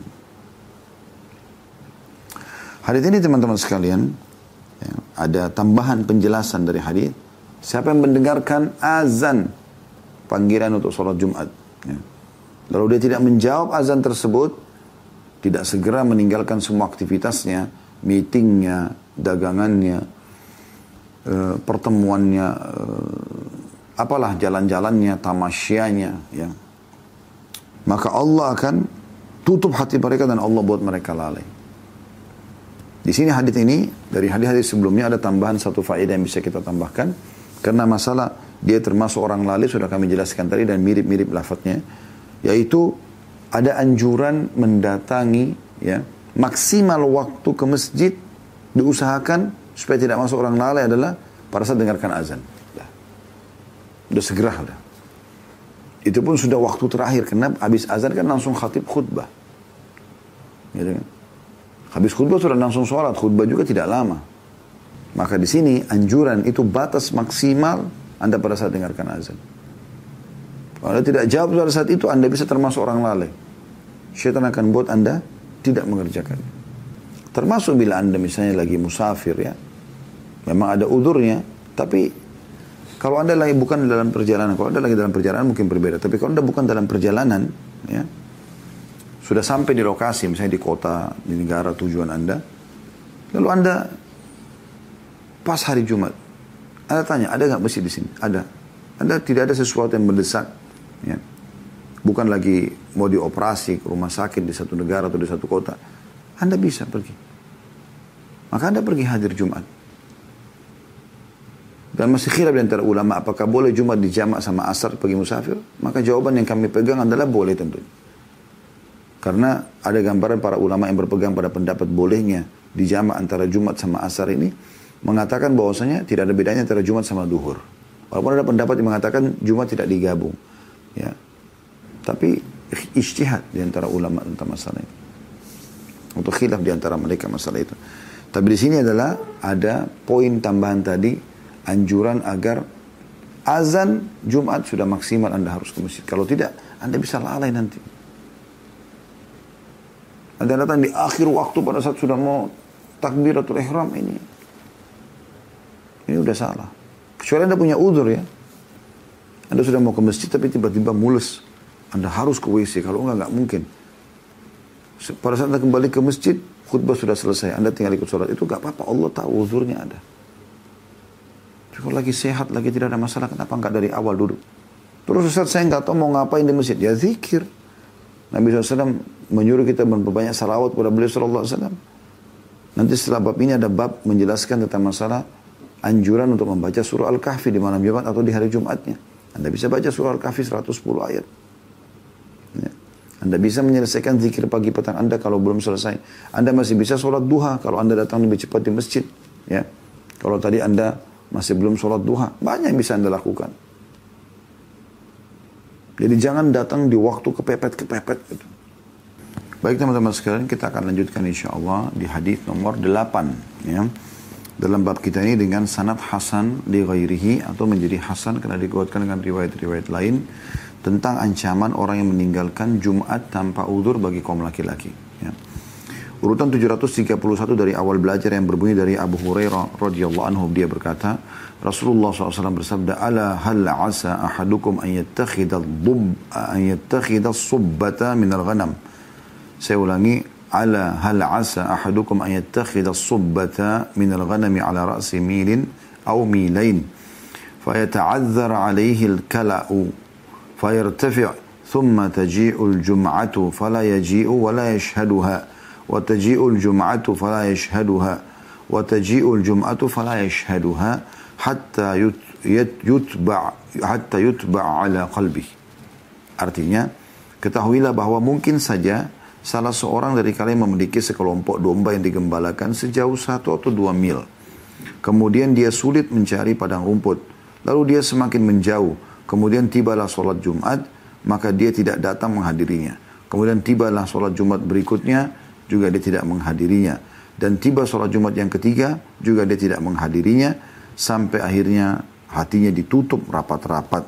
Hadis ini teman-teman sekalian, ya, ada tambahan penjelasan dari hadis. Siapa yang mendengarkan azan panggilan untuk sholat Jumat, ya, lalu dia tidak menjawab azan tersebut, tidak segera meninggalkan semua aktivitasnya, meetingnya, dagangannya, e, pertemuannya, e, apalah jalan-jalannya, tamasyanya, ya, maka Allah akan tutup hati mereka dan Allah buat mereka lalai. Di sini hadis ini, dari hadis-hadis sebelumnya ada tambahan satu faedah yang bisa kita tambahkan, karena masalah dia termasuk orang lalai sudah kami jelaskan tadi dan mirip-mirip lafadznya, yaitu ada anjuran mendatangi, ya, maksimal waktu ke masjid diusahakan supaya tidak masuk orang lalai adalah pada saat dengarkan azan. Dah. Udah segera udah. Itu pun sudah waktu terakhir, karena habis azan kan langsung khatib khutbah. Gitu kan? Habis khutbah sudah langsung sholat, khutbah juga tidak lama. Maka di sini anjuran itu batas maksimal Anda pada saat dengarkan azan. Kalau Anda tidak jawab pada saat itu, Anda bisa termasuk orang lalai. Syaitan akan buat Anda tidak mengerjakan. Termasuk bila Anda misalnya lagi musafir, ya, memang ada udurnya, tapi kalau Anda lagi bukan dalam perjalanan, kalau Anda lagi dalam perjalanan mungkin berbeda. Tapi kalau Anda bukan dalam perjalanan, ya, sudah sampai di lokasi, misalnya di kota, di negara tujuan Anda, lalu Anda pas hari Jumat, Anda tanya, ada nggak masjid di sini? Ada. Anda tidak ada sesuatu yang mendesak. Ya. Bukan lagi mau dioperasi ke rumah sakit di satu negara atau di satu kota, Anda bisa pergi. Maka Anda pergi hadir Jumat. Dan masih khilaf di antara ulama apakah boleh Jumat dijamak sama asar bagi musafir. Maka jawaban yang kami pegang adalah boleh tentunya. Karena ada gambaran para ulama yang berpegang pada pendapat bolehnya dijamak antara Jumat sama asar ini, mengatakan bahwasanya tidak ada bedanya antara Jumat sama duhur. Walaupun ada pendapat yang mengatakan Jumat tidak digabung. Ya, tapi ijtihad di antara ulama tentang masalah itu. Untuk khilaf di antara mereka masalah itu. Tapi di sini adalah ada poin tambahan tadi, anjuran agar azan Jumat sudah maksimal Anda harus ke masjid. Kalau tidak, Anda bisa lalai nanti. Anda datang di akhir waktu pada saat sudah mau takbiratul ihram, ini ini udah salah. Kecuali Anda punya udzur, ya. Anda sudah mau ke masjid tapi tiba-tiba mules. Anda harus ke W C. Kalau enggak, enggak mungkin. Pada saat Anda kembali ke masjid, khutbah sudah selesai. Anda tinggal ikut sholat. Itu enggak apa-apa. Allah tahu uzurnya ada. Kalau lagi sehat, lagi tidak ada masalah, kenapa enggak dari awal duduk? Terus Ustaz, saya enggak tahu mau ngapain di masjid. Ya zikir. Nabi shallallahu alaihi wasallam menyuruh kita memperbanyak salawat kepada beliau shallallahu alaihi wasallam. Nanti setelah bab ini ada bab menjelaskan tentang masalah anjuran untuk membaca surah Al-Kahfi di malam Jumat atau di hari Jumatnya. Anda bisa baca surah Al-Kahfi seratus sepuluh ayat. Ya. Anda bisa menyelesaikan zikir pagi petang Anda kalau belum selesai. Anda masih bisa sholat duha kalau Anda datang lebih cepat di masjid. Ya. Kalau tadi Anda masih belum sholat duha, banyak yang bisa Anda lakukan. Jadi jangan datang di waktu kepepet-kepepet. Gitu. Baik teman-teman sekalian, kita akan lanjutkan insya Allah di hadis nomor delapan. Ya. dalam bab kita ini dengan sanad hasan li ghairihi, atau menjadi hasan karena dikuatkan dengan riwayat-riwayat lain tentang ancaman orang yang meninggalkan Jumat tanpa udzur bagi kaum laki-laki. Ya. Urutan tujuh ratus tiga puluh satu dari awal belajar yang berbunyi dari Abu Hurairah radhiyallahu anhu, dia berkata, Rasulullah shallallahu alaihi wasallam bersabda, "Ala hal asa ahadukum an yattakhidha ad-dub an yattakhidha as-subbata min al-ghanam." Saya ulangi, "Ala hal asa ahadukum an yattakhidha as-subbata min al-ghanami ala ra'si milin aw milain fayata'azzar 'alayhi al-kala'u fayartafi' thumma taji'u al-jum'atu fala yaji'u wa la yashhaduha." وتجيء الجمعة فلا يشهدها وتجيء الجمعة فلا يشهدها حتى يتبع حتى يتبع على قلبه. Artinya, ketahuilah bahwa mungkin saja salah seorang dari kalian memiliki sekelompok domba yang digembalakan sejauh satu atau dua mil. Kemudian dia sulit mencari padang rumput. Lalu dia semakin menjauh. Kemudian tibalah sholat Jumat, maka dia tidak datang menghadirinya. Kemudian tibalah sholat Jumat berikutnya, juga dia tidak menghadirinya. Dan tiba sholat Jumat yang ketiga, juga dia tidak menghadirinya, sampai akhirnya hatinya ditutup rapat-rapat.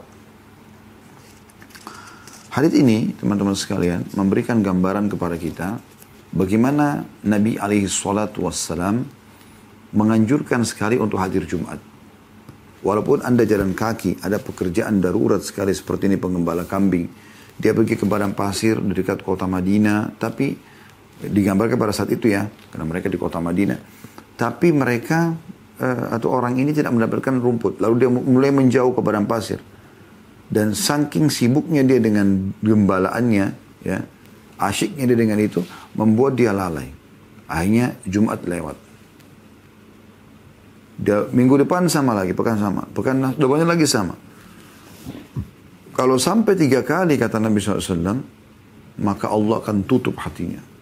Hadits ini, teman-teman sekalian, memberikan gambaran kepada kita bagaimana Nabi alaihi salatu wassalam menganjurkan sekali untuk hadir Jumat. Walaupun Anda jalan kaki, ada pekerjaan darurat sekali seperti ini, pengembala kambing. Dia pergi ke padang pasir di dekat kota Madinah, tapi digambarkan pada saat itu ya, karena mereka di kota Madinah. Tapi mereka uh, atau orang ini tidak mendapatkan rumput. Lalu dia mulai menjauh ke padang pasir. Dan saking sibuknya dia dengan gembalaannya, ya, asyiknya dia dengan itu, membuat dia lalai. Akhirnya Jumat lewat. Dia, minggu depan sama lagi, pekan sama. Pekan depannya lagi sama. Kalau sampai tiga kali, kata Nabi shallallahu alaihi wasallam, maka Allah akan tutup hatinya.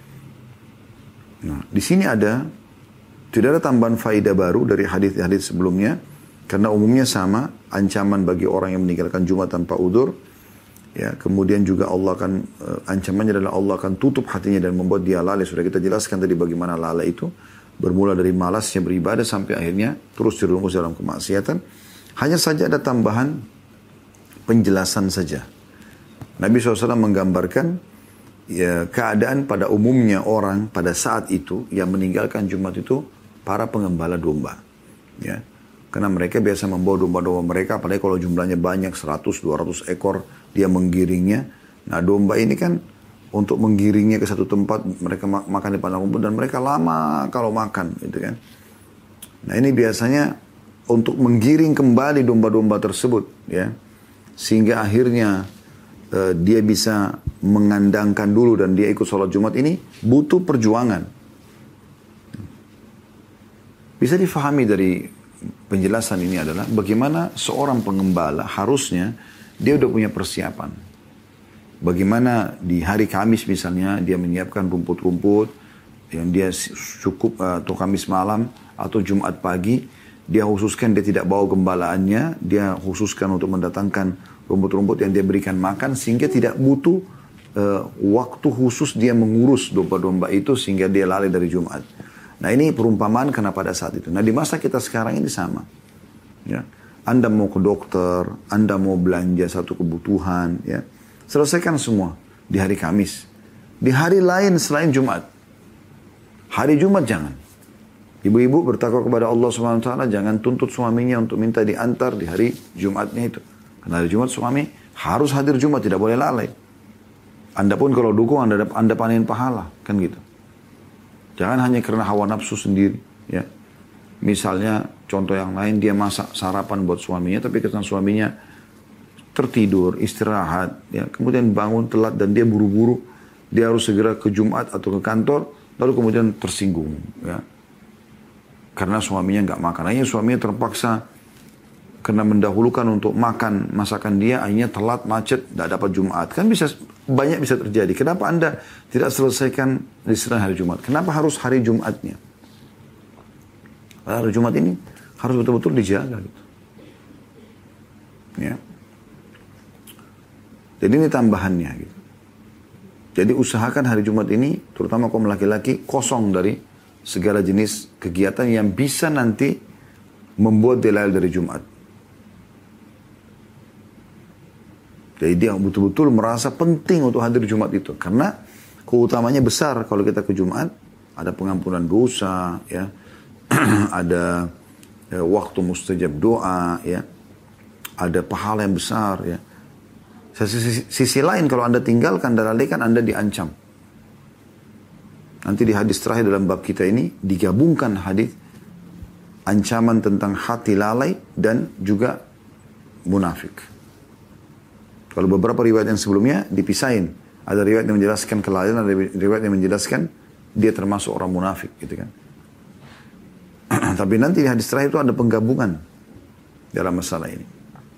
Nah, di sini ada, tidak ada tambahan faedah baru dari hadis-hadis sebelumnya, karena umumnya sama, ancaman bagi orang yang meninggalkan Jumat tanpa udzur. Ya, kemudian juga Allah akan, uh, ancamannya adalah Allah akan tutup hatinya dan membuat dia lalai. Sudah kita jelaskan tadi bagaimana lalai itu, bermula dari malasnya beribadah sampai akhirnya terus terjerumus dalam kemaksiatan. Hanya saja ada tambahan penjelasan saja. Nabi shallallahu alaihi wasallam menggambarkan, ya, keadaan pada umumnya orang pada saat itu yang meninggalkan Jumat itu para pengembala domba. Ya. Karena mereka biasa membawa domba-domba mereka, apalagi kalau jumlahnya banyak, seratus dua ratus ekor, dia menggiringnya. Nah, domba ini kan untuk menggiringnya ke satu tempat, mereka makan di padang rumput, dan mereka lama kalau makan, gitu kan. Nah, ini biasanya untuk menggiring kembali domba-domba tersebut, ya, sehingga akhirnya uh, dia bisa mengandangkan dulu dan dia ikut sholat Jumat, ini butuh perjuangan. Bisa difahami dari penjelasan ini adalah bagaimana seorang pengembala harusnya dia udah punya persiapan. Bagaimana di hari Kamis misalnya dia menyiapkan rumput-rumput yang dia cukup, atau Kamis malam atau Jumat pagi, dia khususkan, dia tidak bawa gembalaannya, dia khususkan untuk mendatangkan rumput-rumput yang dia berikan makan, sehingga tidak butuh uh, waktu khusus dia mengurus domba-domba itu sehingga dia lalai dari Jumat. Nah, ini perumpamaan karena pada saat itu. Nah, di masa kita sekarang ini sama. Ya. Anda mau ke dokter, Anda mau belanja satu kebutuhan, ya, selesaikan semua di hari Kamis. Di hari lain selain Jumat. Hari Jumat jangan. Ibu-ibu bertakwa kepada Allah subhanahu wa taala, jangan tuntut suaminya untuk minta diantar di hari Jumatnya itu. Karena hari Jumat suami harus hadir Jumat, tidak boleh lalai. Anda pun kalau dukung, Anda, anda panen pahala, kan gitu. Jangan hanya karena hawa nafsu sendiri, ya. Misalnya contoh yang lain, dia masak sarapan buat suaminya, tapi kesan suaminya tertidur, istirahat, ya. Kemudian bangun telat dan dia buru-buru, dia harus segera ke Jumat atau ke kantor, lalu kemudian tersinggung, ya. Karena suaminya nggak makan, akhirnya suaminya terpaksa karena mendahulukan untuk makan masakan dia, akhirnya telat, macet, tidak dapat Jumat. Kan bisa, banyak bisa terjadi. Kenapa Anda tidak selesaikan istirahat hari Jumat? Kenapa harus hari Jumatnya? Hari Jumat ini harus betul-betul dijaga, gitu. Ya. Jadi ini tambahannya, gitu. Jadi usahakan hari Jumat ini, terutama kaum laki-laki, kosong dari segala jenis kegiatan yang bisa nanti membuat dia lalai dari Jumat. Jadi dia betul-betul merasa penting untuk hadir Jumat itu. Karena keutamanya besar kalau kita ke Jumat. Ada pengampunan dosa, ya, ada ya, waktu mustajab doa, ya, ada pahala yang besar, ya. Sisi, sisi lain kalau Anda tinggalkan dan lalaikan, Anda diancam. Nanti di hadis terakhir dalam bab kita ini digabungkan hadis ancaman tentang hati lalai dan juga munafik. Kalau beberapa riwayat yang sebelumnya dipisahin, ada riwayat yang menjelaskan kelalaian, ada riwayat yang menjelaskan dia termasuk orang munafik, gitu kan. Tapi nanti di hadis terakhir itu ada penggabungan dalam masalah ini.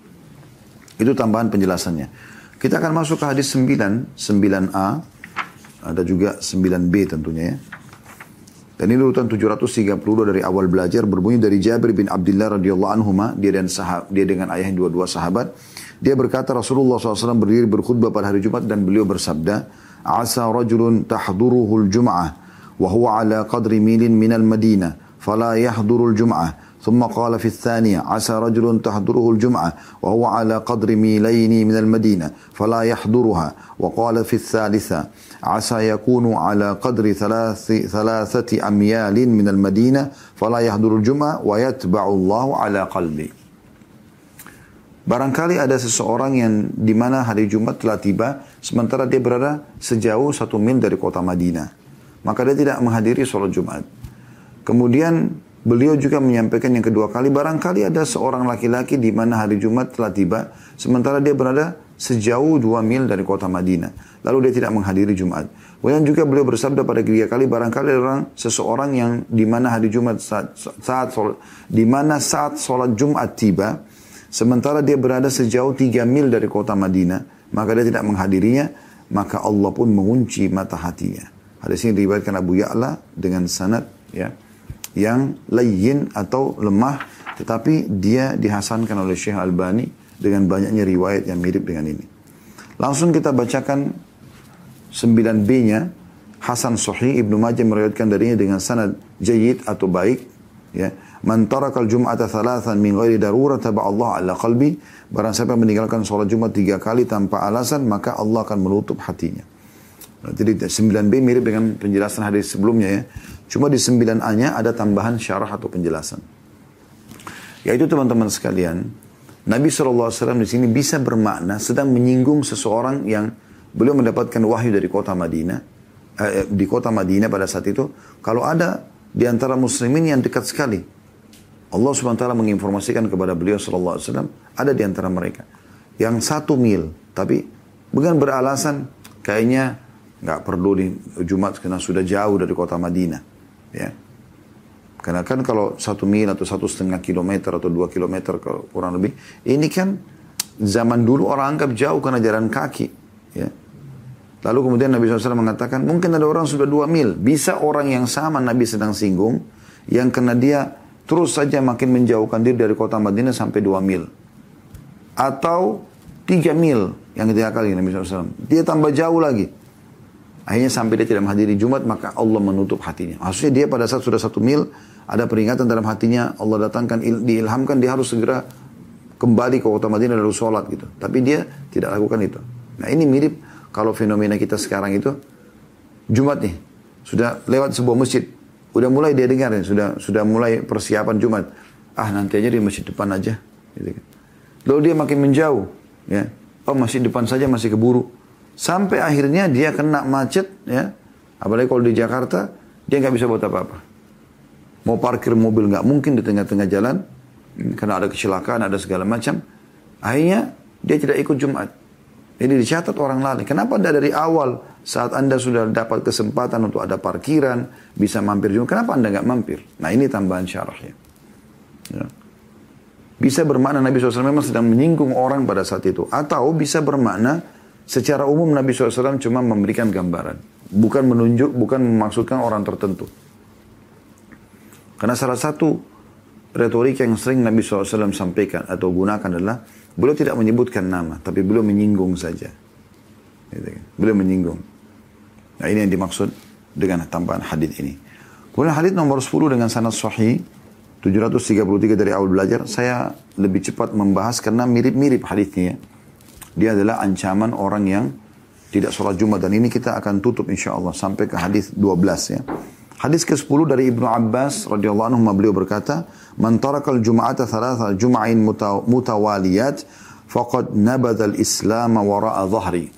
Itu tambahan penjelasannya. Kita akan masuk ke hadis sembilan, sembilan a, ada juga sembilan b tentunya ya. Dan ini urutan tujuh ratus tiga puluh dua dari awal belajar, berbunyi dari Jabir bin Abdullah radhiyallahu anhuma, dia dan sahab, dia dengan ayah dua-dua sahabat. Dia berkata Rasulullah shallallahu alaihi wasallam berdiri berkhutbah pada hari Jumat dan beliau bersabda, "Asa rajulun tahduruhul jum'ah wa huwa ala qadri milin minal Madinah, fala yahdurul jum'ah." ثم قال في الثانية عسى رجل تحضره الجمعة وهو على قدر ميلين من المدينة فلا يحضرها. وقال في الثالثة عسى يكون على قدر ثلاث ثلاثة أميال من المدينة فلا يحضر الجمعة ويتبع الله على قلبه. Barangkali ada seseorang yang di mana hari Jumat telah tiba sementara dia berada sejauh satu mil dari kota Madinah, maka dia tidak menghadiri sholat Jumat. Kemudian beliau juga menyampaikan yang kedua kali, barangkali ada seorang laki-laki di mana hari Jumat telah tiba, sementara dia berada sejauh dua mil dari kota Madinah. Lalu dia tidak menghadiri Jumat. Kemudian juga beliau bersabda pada ketiga kali, barangkali ada orang, seseorang yang di mana hari Jumat saat, saat sholat, di mana saat sholat Jumat tiba, sementara dia berada sejauh tiga mil dari kota Madinah, maka dia tidak menghadirinya, maka Allah pun mengunci mata hatinya. Hadis ini diriwayatkan Abu Ya'la dengan sanad, ya, yang layyin atau lemah, tetapi dia dihasankan oleh Syekh Albani dengan banyaknya riwayat yang mirip dengan ini. Langsung kita bacakan sembilan b-nya. Hasan Sahih, Ibnu Majah meriwayatkan darinya dengan sanad jayyid atau baik, ya. Man tarakal jum'ata thalathan min ghairi darurah taba Allah ala qalbi. Barang siapa meninggalkan sholat Jumat tiga kali tanpa alasan, maka Allah akan menutup hatinya. Nah, jadi sembilan b mirip dengan penjelasan hadis sebelumnya ya. Cuma di sembilan a-nya ada tambahan syarah atau penjelasan. Yaitu teman-teman sekalian, Nabi shallallahu alaihi wasallam di sini bisa bermakna sedang menyinggung seseorang yang beliau mendapatkan wahyu dari kota Madinah, eh, di kota Madinah pada saat itu. Kalau ada di antara muslimin yang dekat sekali, Allah subhanahu wa taala menginformasikan kepada beliau shallallahu alaihi wasallam, ada di antara mereka yang satu mil, tapi bukan beralasan kayaknya nggak perlu di Jumat karena sudah jauh dari kota Madinah. Ya, karena kan kalau satu mil atau satu setengah kilometer atau dua kilometer kurang lebih, ini kan zaman dulu orang anggap jauh karena jalan kaki. Ya. Lalu kemudian Nabi shallallahu alaihi wasallam mengatakan, mungkin ada orang sudah dua mil. Bisa orang yang sama Nabi sedang singgung, yang karena dia terus saja makin menjauhkan diri dari kota Madinah sampai dua mil. Atau tiga mil yang ketiga kali Nabi shallallahu alaihi wasallam. Dia tambah jauh lagi. Akhirnya sampai dia tidak menghadiri Jumat, maka Allah menutup hatinya. Maksudnya dia pada saat sudah satu mil, ada peringatan dalam hatinya, Allah datangkan, diilhamkan, dia harus segera kembali ke kota Madinah lalu sholat gitu. Tapi dia tidak lakukan itu. Nah ini mirip kalau fenomena kita sekarang itu, Jumat nih, sudah lewat sebuah masjid, udah mulai dia dengar, ya, sudah sudah mulai persiapan Jumat. Ah nanti aja di masjid depan aja. Gitu kan. Lalu dia makin menjauh. Ya. Oh masjid depan saja masih keburu. Sampai akhirnya dia kena macet, ya. Apalagi kalau di Jakarta, dia nggak bisa buat apa-apa. Mau parkir mobil nggak mungkin di tengah-tengah jalan, karena ada kecelakaan, ada segala macam. Akhirnya dia tidak ikut Jumat. Ini dicatat orang lalai. Kenapa Anda dari awal saat Anda sudah dapat kesempatan untuk ada parkiran, bisa mampir Jumat, kenapa Anda nggak mampir? Nah ini tambahan syarahnya. Ya. Bisa bermakna Nabi shallallahu alaihi wasallam memang sedang menyinggung orang pada saat itu. Atau bisa bermakna secara umum Nabi shallallahu alaihi wasallam cuma memberikan gambaran. Bukan menunjuk, bukan memaksudkan orang tertentu. Karena salah satu retorika yang sering Nabi shallallahu alaihi wasallam sampaikan atau gunakan adalah, beliau tidak menyebutkan nama, tapi beliau menyinggung saja. Gitu kan? Beliau menyinggung. Nah ini yang dimaksud dengan tambahan hadis ini. Kemudian hadis nomor sepuluh dengan sanad sahih tujuh ratus tiga puluh tiga dari awal belajar, saya lebih cepat membahas karena mirip-mirip hadisnya. Dia adalah ancaman orang yang tidak sholat Jumat, dan ini kita akan tutup insyaAllah sampai ke hadis dua belas ya. Hadis ke sepuluh dari Ibnu Abbas radhiyallahu anhu, beliau berkata, "Man tarakal jum'ata thalatha jum'ain mutawaliyat faqad nabadha al-islam wara'a dhahri."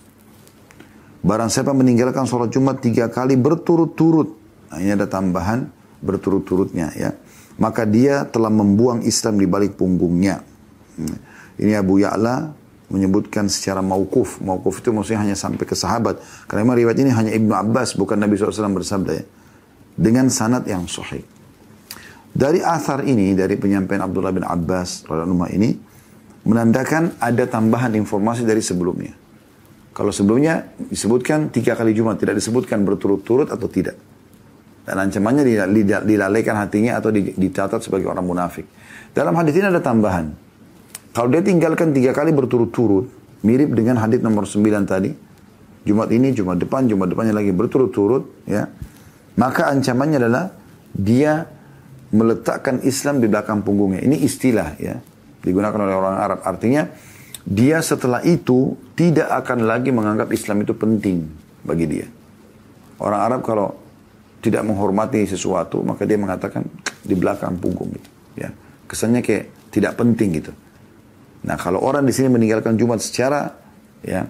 Barang siapa meninggalkan sholat Jumat tiga kali berturut-turut, nah, ini ada tambahan berturut-turutnya ya, maka dia telah membuang Islam di balik punggungnya. Ini Abu Ya'la menyebutkan secara mauquf. Mauquf itu maksudnya hanya sampai ke sahabat. Karena memang riwayat ini hanya Ibnu Abbas, bukan Nabi shallallahu alaihi wasallam bersabda ya. Dengan sanad yang sahih. Dari athar ini, dari penyampaian Abdullah bin Abbas radhiyallahu anhu ini, menandakan ada tambahan informasi dari sebelumnya. Kalau sebelumnya disebutkan tiga kali Jumat, tidak disebutkan berturut-turut atau tidak. Dan ancamannya dilalaikan hatinya atau dicatat sebagai orang munafik. Dalam hadis ini ada tambahan. Kalau dia tinggalkan tiga kali berturut-turut, mirip dengan hadis nomor sembilan tadi, Jumat ini, Jumat depan, Jumat depannya lagi berturut-turut, ya, maka ancamannya adalah dia meletakkan Islam di belakang punggungnya. Ini istilah ya, digunakan oleh orang Arab. Artinya dia setelah itu tidak akan lagi menganggap Islam itu penting bagi dia. Orang Arab kalau tidak menghormati sesuatu, maka dia mengatakan di belakang punggung gitu. Ya, kesannya kayak tidak penting gitu. Nah, kalau orang di sini meninggalkan Jumat secara ya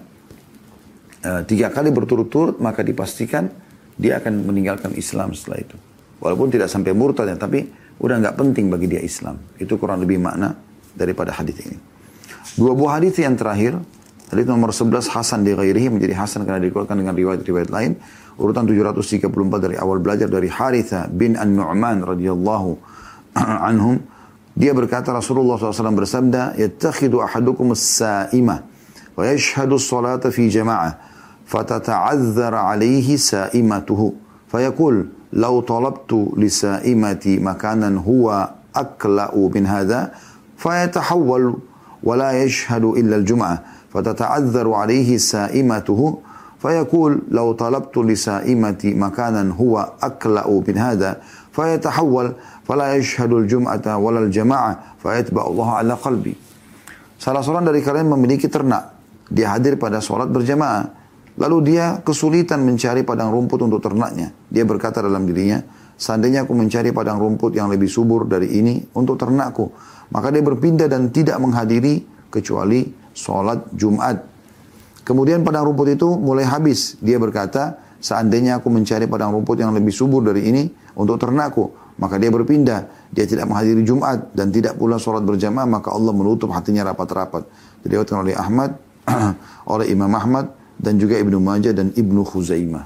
e, tiga kali berturut-turut, maka dipastikan dia akan meninggalkan Islam setelah itu. Walaupun tidak sampai murtad ya, tapi udah nggak penting bagi dia Islam. Itu kurang lebih makna daripada hadis ini. Dua buah hadis yang terakhir, hadis nomor sebelas Hasan di ghairihi, menjadi Hasan karena dikuatkan dengan riwayat-riwayat lain. Urutan tujuh ratus tiga puluh empat dari awal belajar, dari Haritha bin An-Nu'man radhiyallahu anhum. Dia berkata, Rasulullah shallallahu alaihi wasallam bersabda, "Yattakhidu ahadukum as-sa'imah wa yashhadu as-salata fi jama'ah, fatata'azzara 'alaihi sa'imatuhu, fayaqul law talabtu li sa'imati makanan huwa akla'u min hadha, fayatahawwal wa la yashhadu illa al-jum'ah, fatata'azzaru 'alaihi sa'imatuhu, fayaqul law talabtu li sa'imati makanan huwa akla'u min hadha, fayatahawwal fala yashhadul jum'ata walal jama'ah fayatba Allah ala qalbi." Salah seorang dari kalian memiliki ternak, dia hadir pada sholat berjamaah, lalu dia kesulitan mencari padang rumput untuk ternaknya. Dia berkata dalam dirinya, seandainya aku mencari padang rumput yang lebih subur dari ini untuk ternakku, maka dia berpindah dan tidak menghadiri kecuali sholat Jumat. Kemudian padang rumput itu mulai habis. Dia berkata, seandainya aku mencari padang rumput yang lebih subur dari ini untuk ternakku, maka dia berpindah, dia tidak menghadiri Jumat dan tidak pula sholat berjamaah, maka Allah menutup hatinya rapat-rapat. Diriwayatkan oleh Ahmad, oleh Imam Ahmad dan juga Ibnu Majah dan Ibnu Khuzaimah.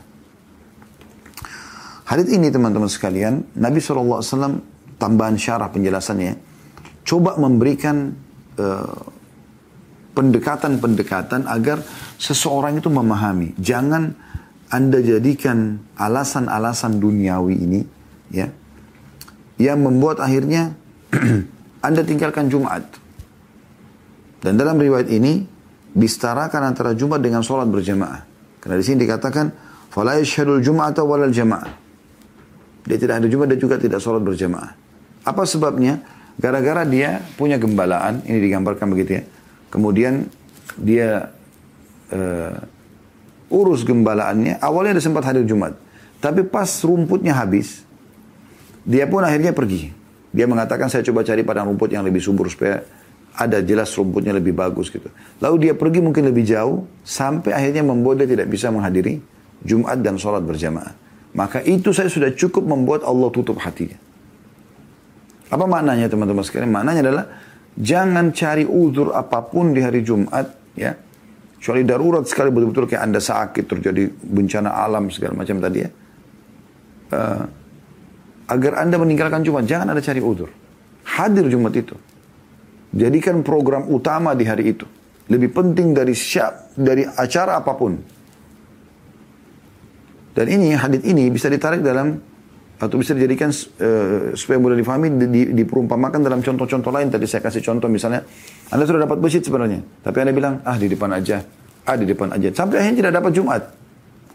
Hadits ini teman-teman sekalian, Nabi shallallahu alaihi wasallam tambahan syarah penjelasannya, coba memberikan uh, pendekatan-pendekatan agar seseorang itu memahami. Jangan Anda jadikan alasan-alasan duniawi ini ya, yang membuat akhirnya Anda tinggalkan Jumat. Dan dalam riwayat ini bistarakan antara Jumat dengan sholat berjamaah. Karena di sini dikatakan fala yashhadul jum'ata walal jamaah. Dia tidak ada Jumat dan juga tidak sholat berjamaah. Apa sebabnya? Gara-gara dia punya gembalaan, ini digambarkan begitu ya. Kemudian dia uh, urus gembalaannya, awalnya ada sempat hadir Jumat. Tapi pas rumputnya habis, dia pun akhirnya pergi. Dia mengatakan, saya coba cari padang rumput yang lebih subur supaya ada jelas rumputnya lebih bagus gitu. Lalu dia pergi mungkin lebih jauh, sampai akhirnya membuat dia tidak bisa menghadiri Jumat dan sholat berjamaah. Maka itu saya sudah cukup membuat Allah tutup hatinya. Apa maknanya teman-teman sekalian? Maknanya adalah, jangan cari uzur apapun di hari Jumat, ya. Kecuali darurat sekali, betul-betul kayak Anda sakit, terjadi bencana alam segala macam tadi ya. Uh, agar Anda meninggalkan Jumat, jangan Anda cari uzur. Hadir Jumat itu. Jadikan program utama di hari itu. Lebih penting dari syab, dari acara apapun. Dan ini, hadits ini bisa ditarik dalam, atau bisa dijadikan uh, supaya mudah difahami, di, di, diperumpamakan dalam contoh-contoh lain. Tadi saya kasih contoh misalnya, Anda sudah dapat masjid sebenarnya, tapi Anda bilang, ah di depan aja, ah di depan aja. Sampai akhirnya tidak dapat Jumat.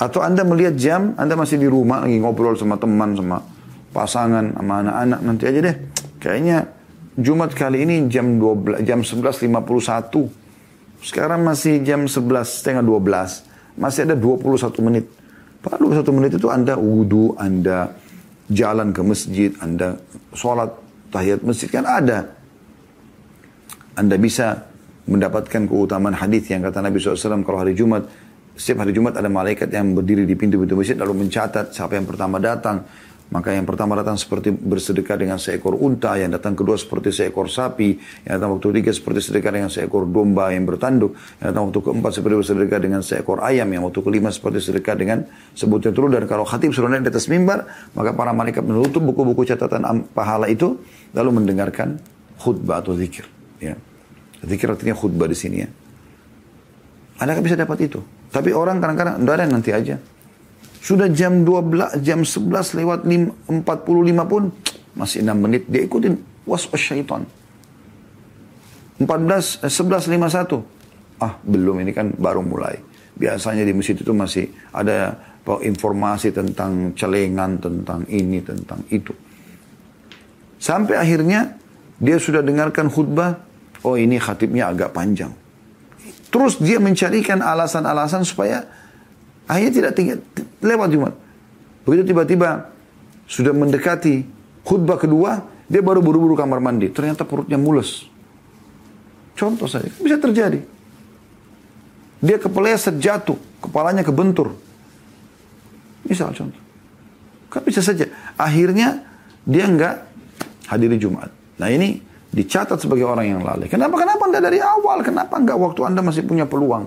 Atau Anda melihat jam, Anda masih di rumah lagi ngobrol sama teman, sama pasangan, sama anak-anak, nanti aja deh. Kayaknya Jumat kali ini jam dua belas, jam sebelas lima puluh satu. Sekarang masih jam sebelas setengah dua belas. Masih ada dua puluh satu menit. Pada dua puluh satu menit itu Anda wudhu, Anda jalan ke masjid, Anda sholat tahiyat masjid, kan ada. Anda bisa mendapatkan keutamaan hadis yang kata Nabi shallallahu alaihi wasallam kalau hari Jumat, setiap hari Jumat ada malaikat yang berdiri di pintu-pintu masjid lalu mencatat siapa yang pertama datang. Maka yang pertama datang seperti bersedekah dengan seekor unta, yang datang kedua seperti seekor sapi, yang datang waktu ketiga seperti sedekah dengan seekor domba yang bertanduk, yang datang waktu keempat seperti bersedekah dengan seekor ayam, yang waktu kelima seperti sedekah dengan sebutir telur. Dan kalau khatib suruh naik di atas mimbar, maka para malaikat menutup buku-buku catatan pahala itu, lalu mendengarkan khutbah atau zikir. Ya. Zikir artinya khutbah di sini ya. Anda kan bisa dapat itu. Tapi orang kadang-kadang, enggak ada nanti aja. Sudah jam dua belas, jam sebelas lewat empat puluh lima pun masih enam menit dia ikutin waswas syaitan. empat belas, sebelas lima puluh satu. Ah, belum, ini kan baru mulai. Biasanya di masjid itu masih ada informasi tentang celengan, tentang ini, tentang itu. Sampai akhirnya dia sudah dengarkan khutbah, oh ini khatibnya agak panjang. Terus dia mencarikan alasan-alasan supaya akhirnya tidak tinggal, lewat Jumat. Begitu tiba-tiba sudah mendekati khutbah kedua, dia baru buru-buru kamar mandi. Ternyata perutnya mules. Contoh saja, bisa terjadi. Dia kepeleset jatuh, kepalanya kebentur. Misal contoh. Kan bisa saja. Akhirnya dia enggak hadiri Jumat. Nah ini dicatat sebagai orang yang lalai. Kenapa? Kenapa Anda dari awal? Kenapa enggak waktu Anda masih punya peluang?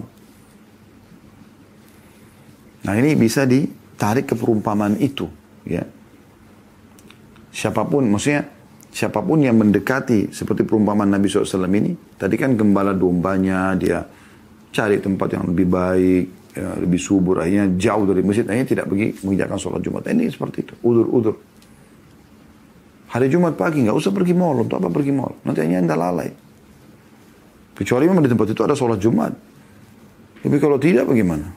Nah ini bisa ditarik ke perumpamaan itu. Ya. Siapapun, maksudnya siapapun yang mendekati seperti perumpamaan Nabi shallallahu alaihi wasallam ini. Tadi kan gembala dombanya, dia cari tempat yang lebih baik, ya, lebih subur. Akhirnya jauh dari masjid, akhirnya tidak pergi mengerjakan sholat Jumat. Ini seperti itu, udur-udur. Hari Jumat pagi nggak usah pergi mall. Untuk apa pergi mall? Nanti hanya Anda lalai. Kecuali memang di tempat itu ada sholat Jumat. Tapi kalau tidak bagaimana?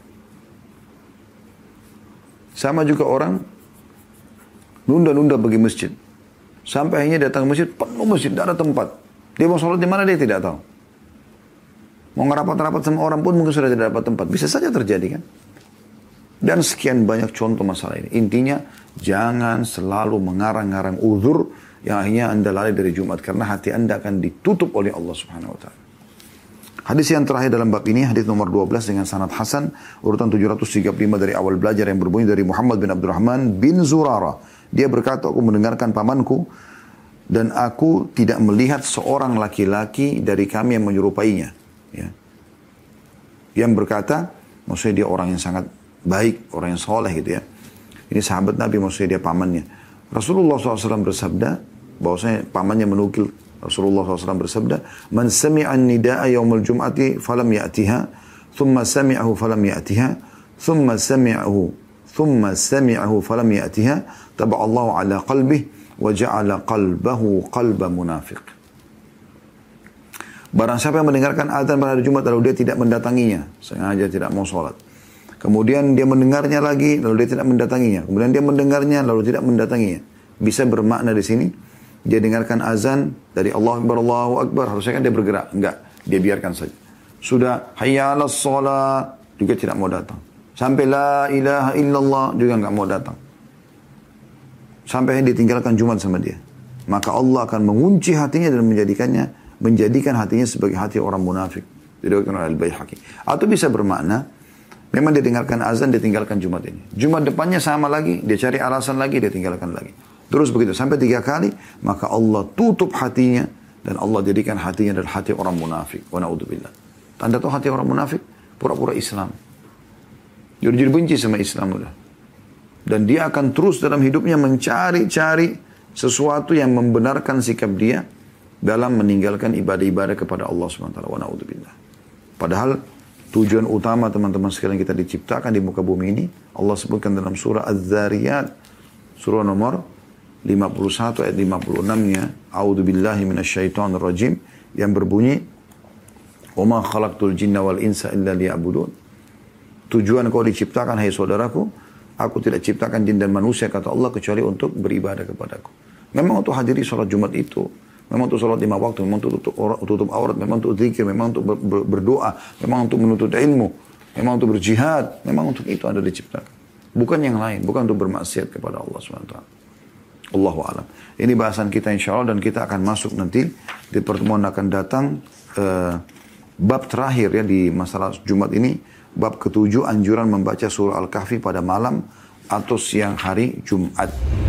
Sama juga orang nunda-nunda pergi masjid. Sampai akhirnya datang ke masjid, penuh masjid, tidak ada tempat. Dia mau sholat di mana dia tidak tahu. Mau ngerapat-rapat sama orang pun mungkin sudah tidak dapat tempat. Bisa saja terjadi kan? Dan sekian banyak contoh masalah ini. Intinya, jangan selalu mengarang-ngarang uzur yang akhirnya Anda lari dari Jumat. Karena hati Anda akan ditutup oleh Allah subhanahu wa ta'ala. Hadis yang terakhir dalam bab ini, hadis nomor dua belas dengan sanad hasan, urutan tujuh ratus tiga puluh lima dari awal belajar yang berbunyi dari Muhammad bin Abdurrahman bin Zurara. Dia berkata, aku mendengarkan pamanku dan aku tidak melihat seorang laki-laki dari kami yang menyerupainya. Ya. Yang berkata, maksudnya dia orang yang sangat baik, orang yang soleh gitu ya. Ini sahabat Nabi, maksudnya dia pamannya. Rasulullah shallallahu alaihi wasallam bersabda, bahwasanya pamannya menukil Rasulullah shallallahu alaihi wasallam bersabda, "Man sami'an nida'a yaumul jum'ati falam ya'tiha, thumma sami'ahu falam ya'tiha, thumma sami'ahu, thumma sami'ahu falam ya'tiha, taba'allahu ala qalbih, wa ja'ala qalbahu qalba munafiq." Barang siapa yang mendengarkan azan pada hari Jumat lalu dia tidak mendatanginya, sengaja tidak mau sholat. Kemudian dia mendengarnya lagi lalu dia tidak mendatanginya. Kemudian dia mendengarnya lalu tidak mendatanginya. Bisa bermakna di sini dia dengarkan azan dari Allah Akbar, Allahu Akbar, harusnya kan dia bergerak. Enggak, dia biarkan saja. Sudah hayya 'alas shalah juga tidak mau datang. Sampai la ilaha illallah juga enggak mau datang. Sampai dia tinggalkan Jumat sama dia. Maka Allah akan mengunci hatinya dan menjadikannya menjadikan hatinya sebagai hati orang munafik. Diriwayatkan oleh Al-Baihaqi. Atau bisa bermakna memang dia dengarkan azan, dia tinggalkan Jumat ini. Jumat depannya sama lagi, dia cari alasan lagi, dia tinggalkan lagi. Terus begitu, sampai tiga kali, maka Allah tutup hatinya, dan Allah jadikan hatinya adalah hati orang munafik. Wa na'udzubillah. Anda tahu hati orang munafik? Pura-pura Islam. Jadi jadi benci sama Islam udah. Dan dia akan terus dalam hidupnya mencari-cari sesuatu yang membenarkan sikap dia dalam meninggalkan ibadah-ibadah kepada Allah subhanahu wa taala. Wa na'udzubillah. Padahal tujuan utama teman-teman sekalian kita diciptakan di muka bumi ini, Allah sebutkan dalam surah Az-Zariyat, surah nomor lima puluh satu ayat lima puluh enam-nya, A'udzubillahi minasyaitonir rajim, yang berbunyi, "Wa ma khalaqtul jinna wal insa illa liya'budun." Tujuan kau diciptakan, hai saudaraku, aku tidak ciptakan jin dan manusia, kata Allah, kecuali untuk beribadah kepadaku. Memang untuk hadiri sholat Jumat itu, memang untuk sholat lima waktu, memang untuk tutup, tutup aurat, memang untuk zikir, memang untuk ber, ber, berdoa, memang untuk menuntut ilmu, memang untuk berjihad, memang untuk itu Anda diciptakan. Bukan yang lain, bukan untuk bermaksiat kepada Allah subhanahu wa taala. Allahu a'lam. Ini bahasan kita insya Allah, dan kita akan masuk nanti di pertemuan akan datang uh, bab terakhir ya di masalah Jumat ini, bab ketujuh, anjuran membaca surah Al-Kahfi pada malam atau siang hari Jumat.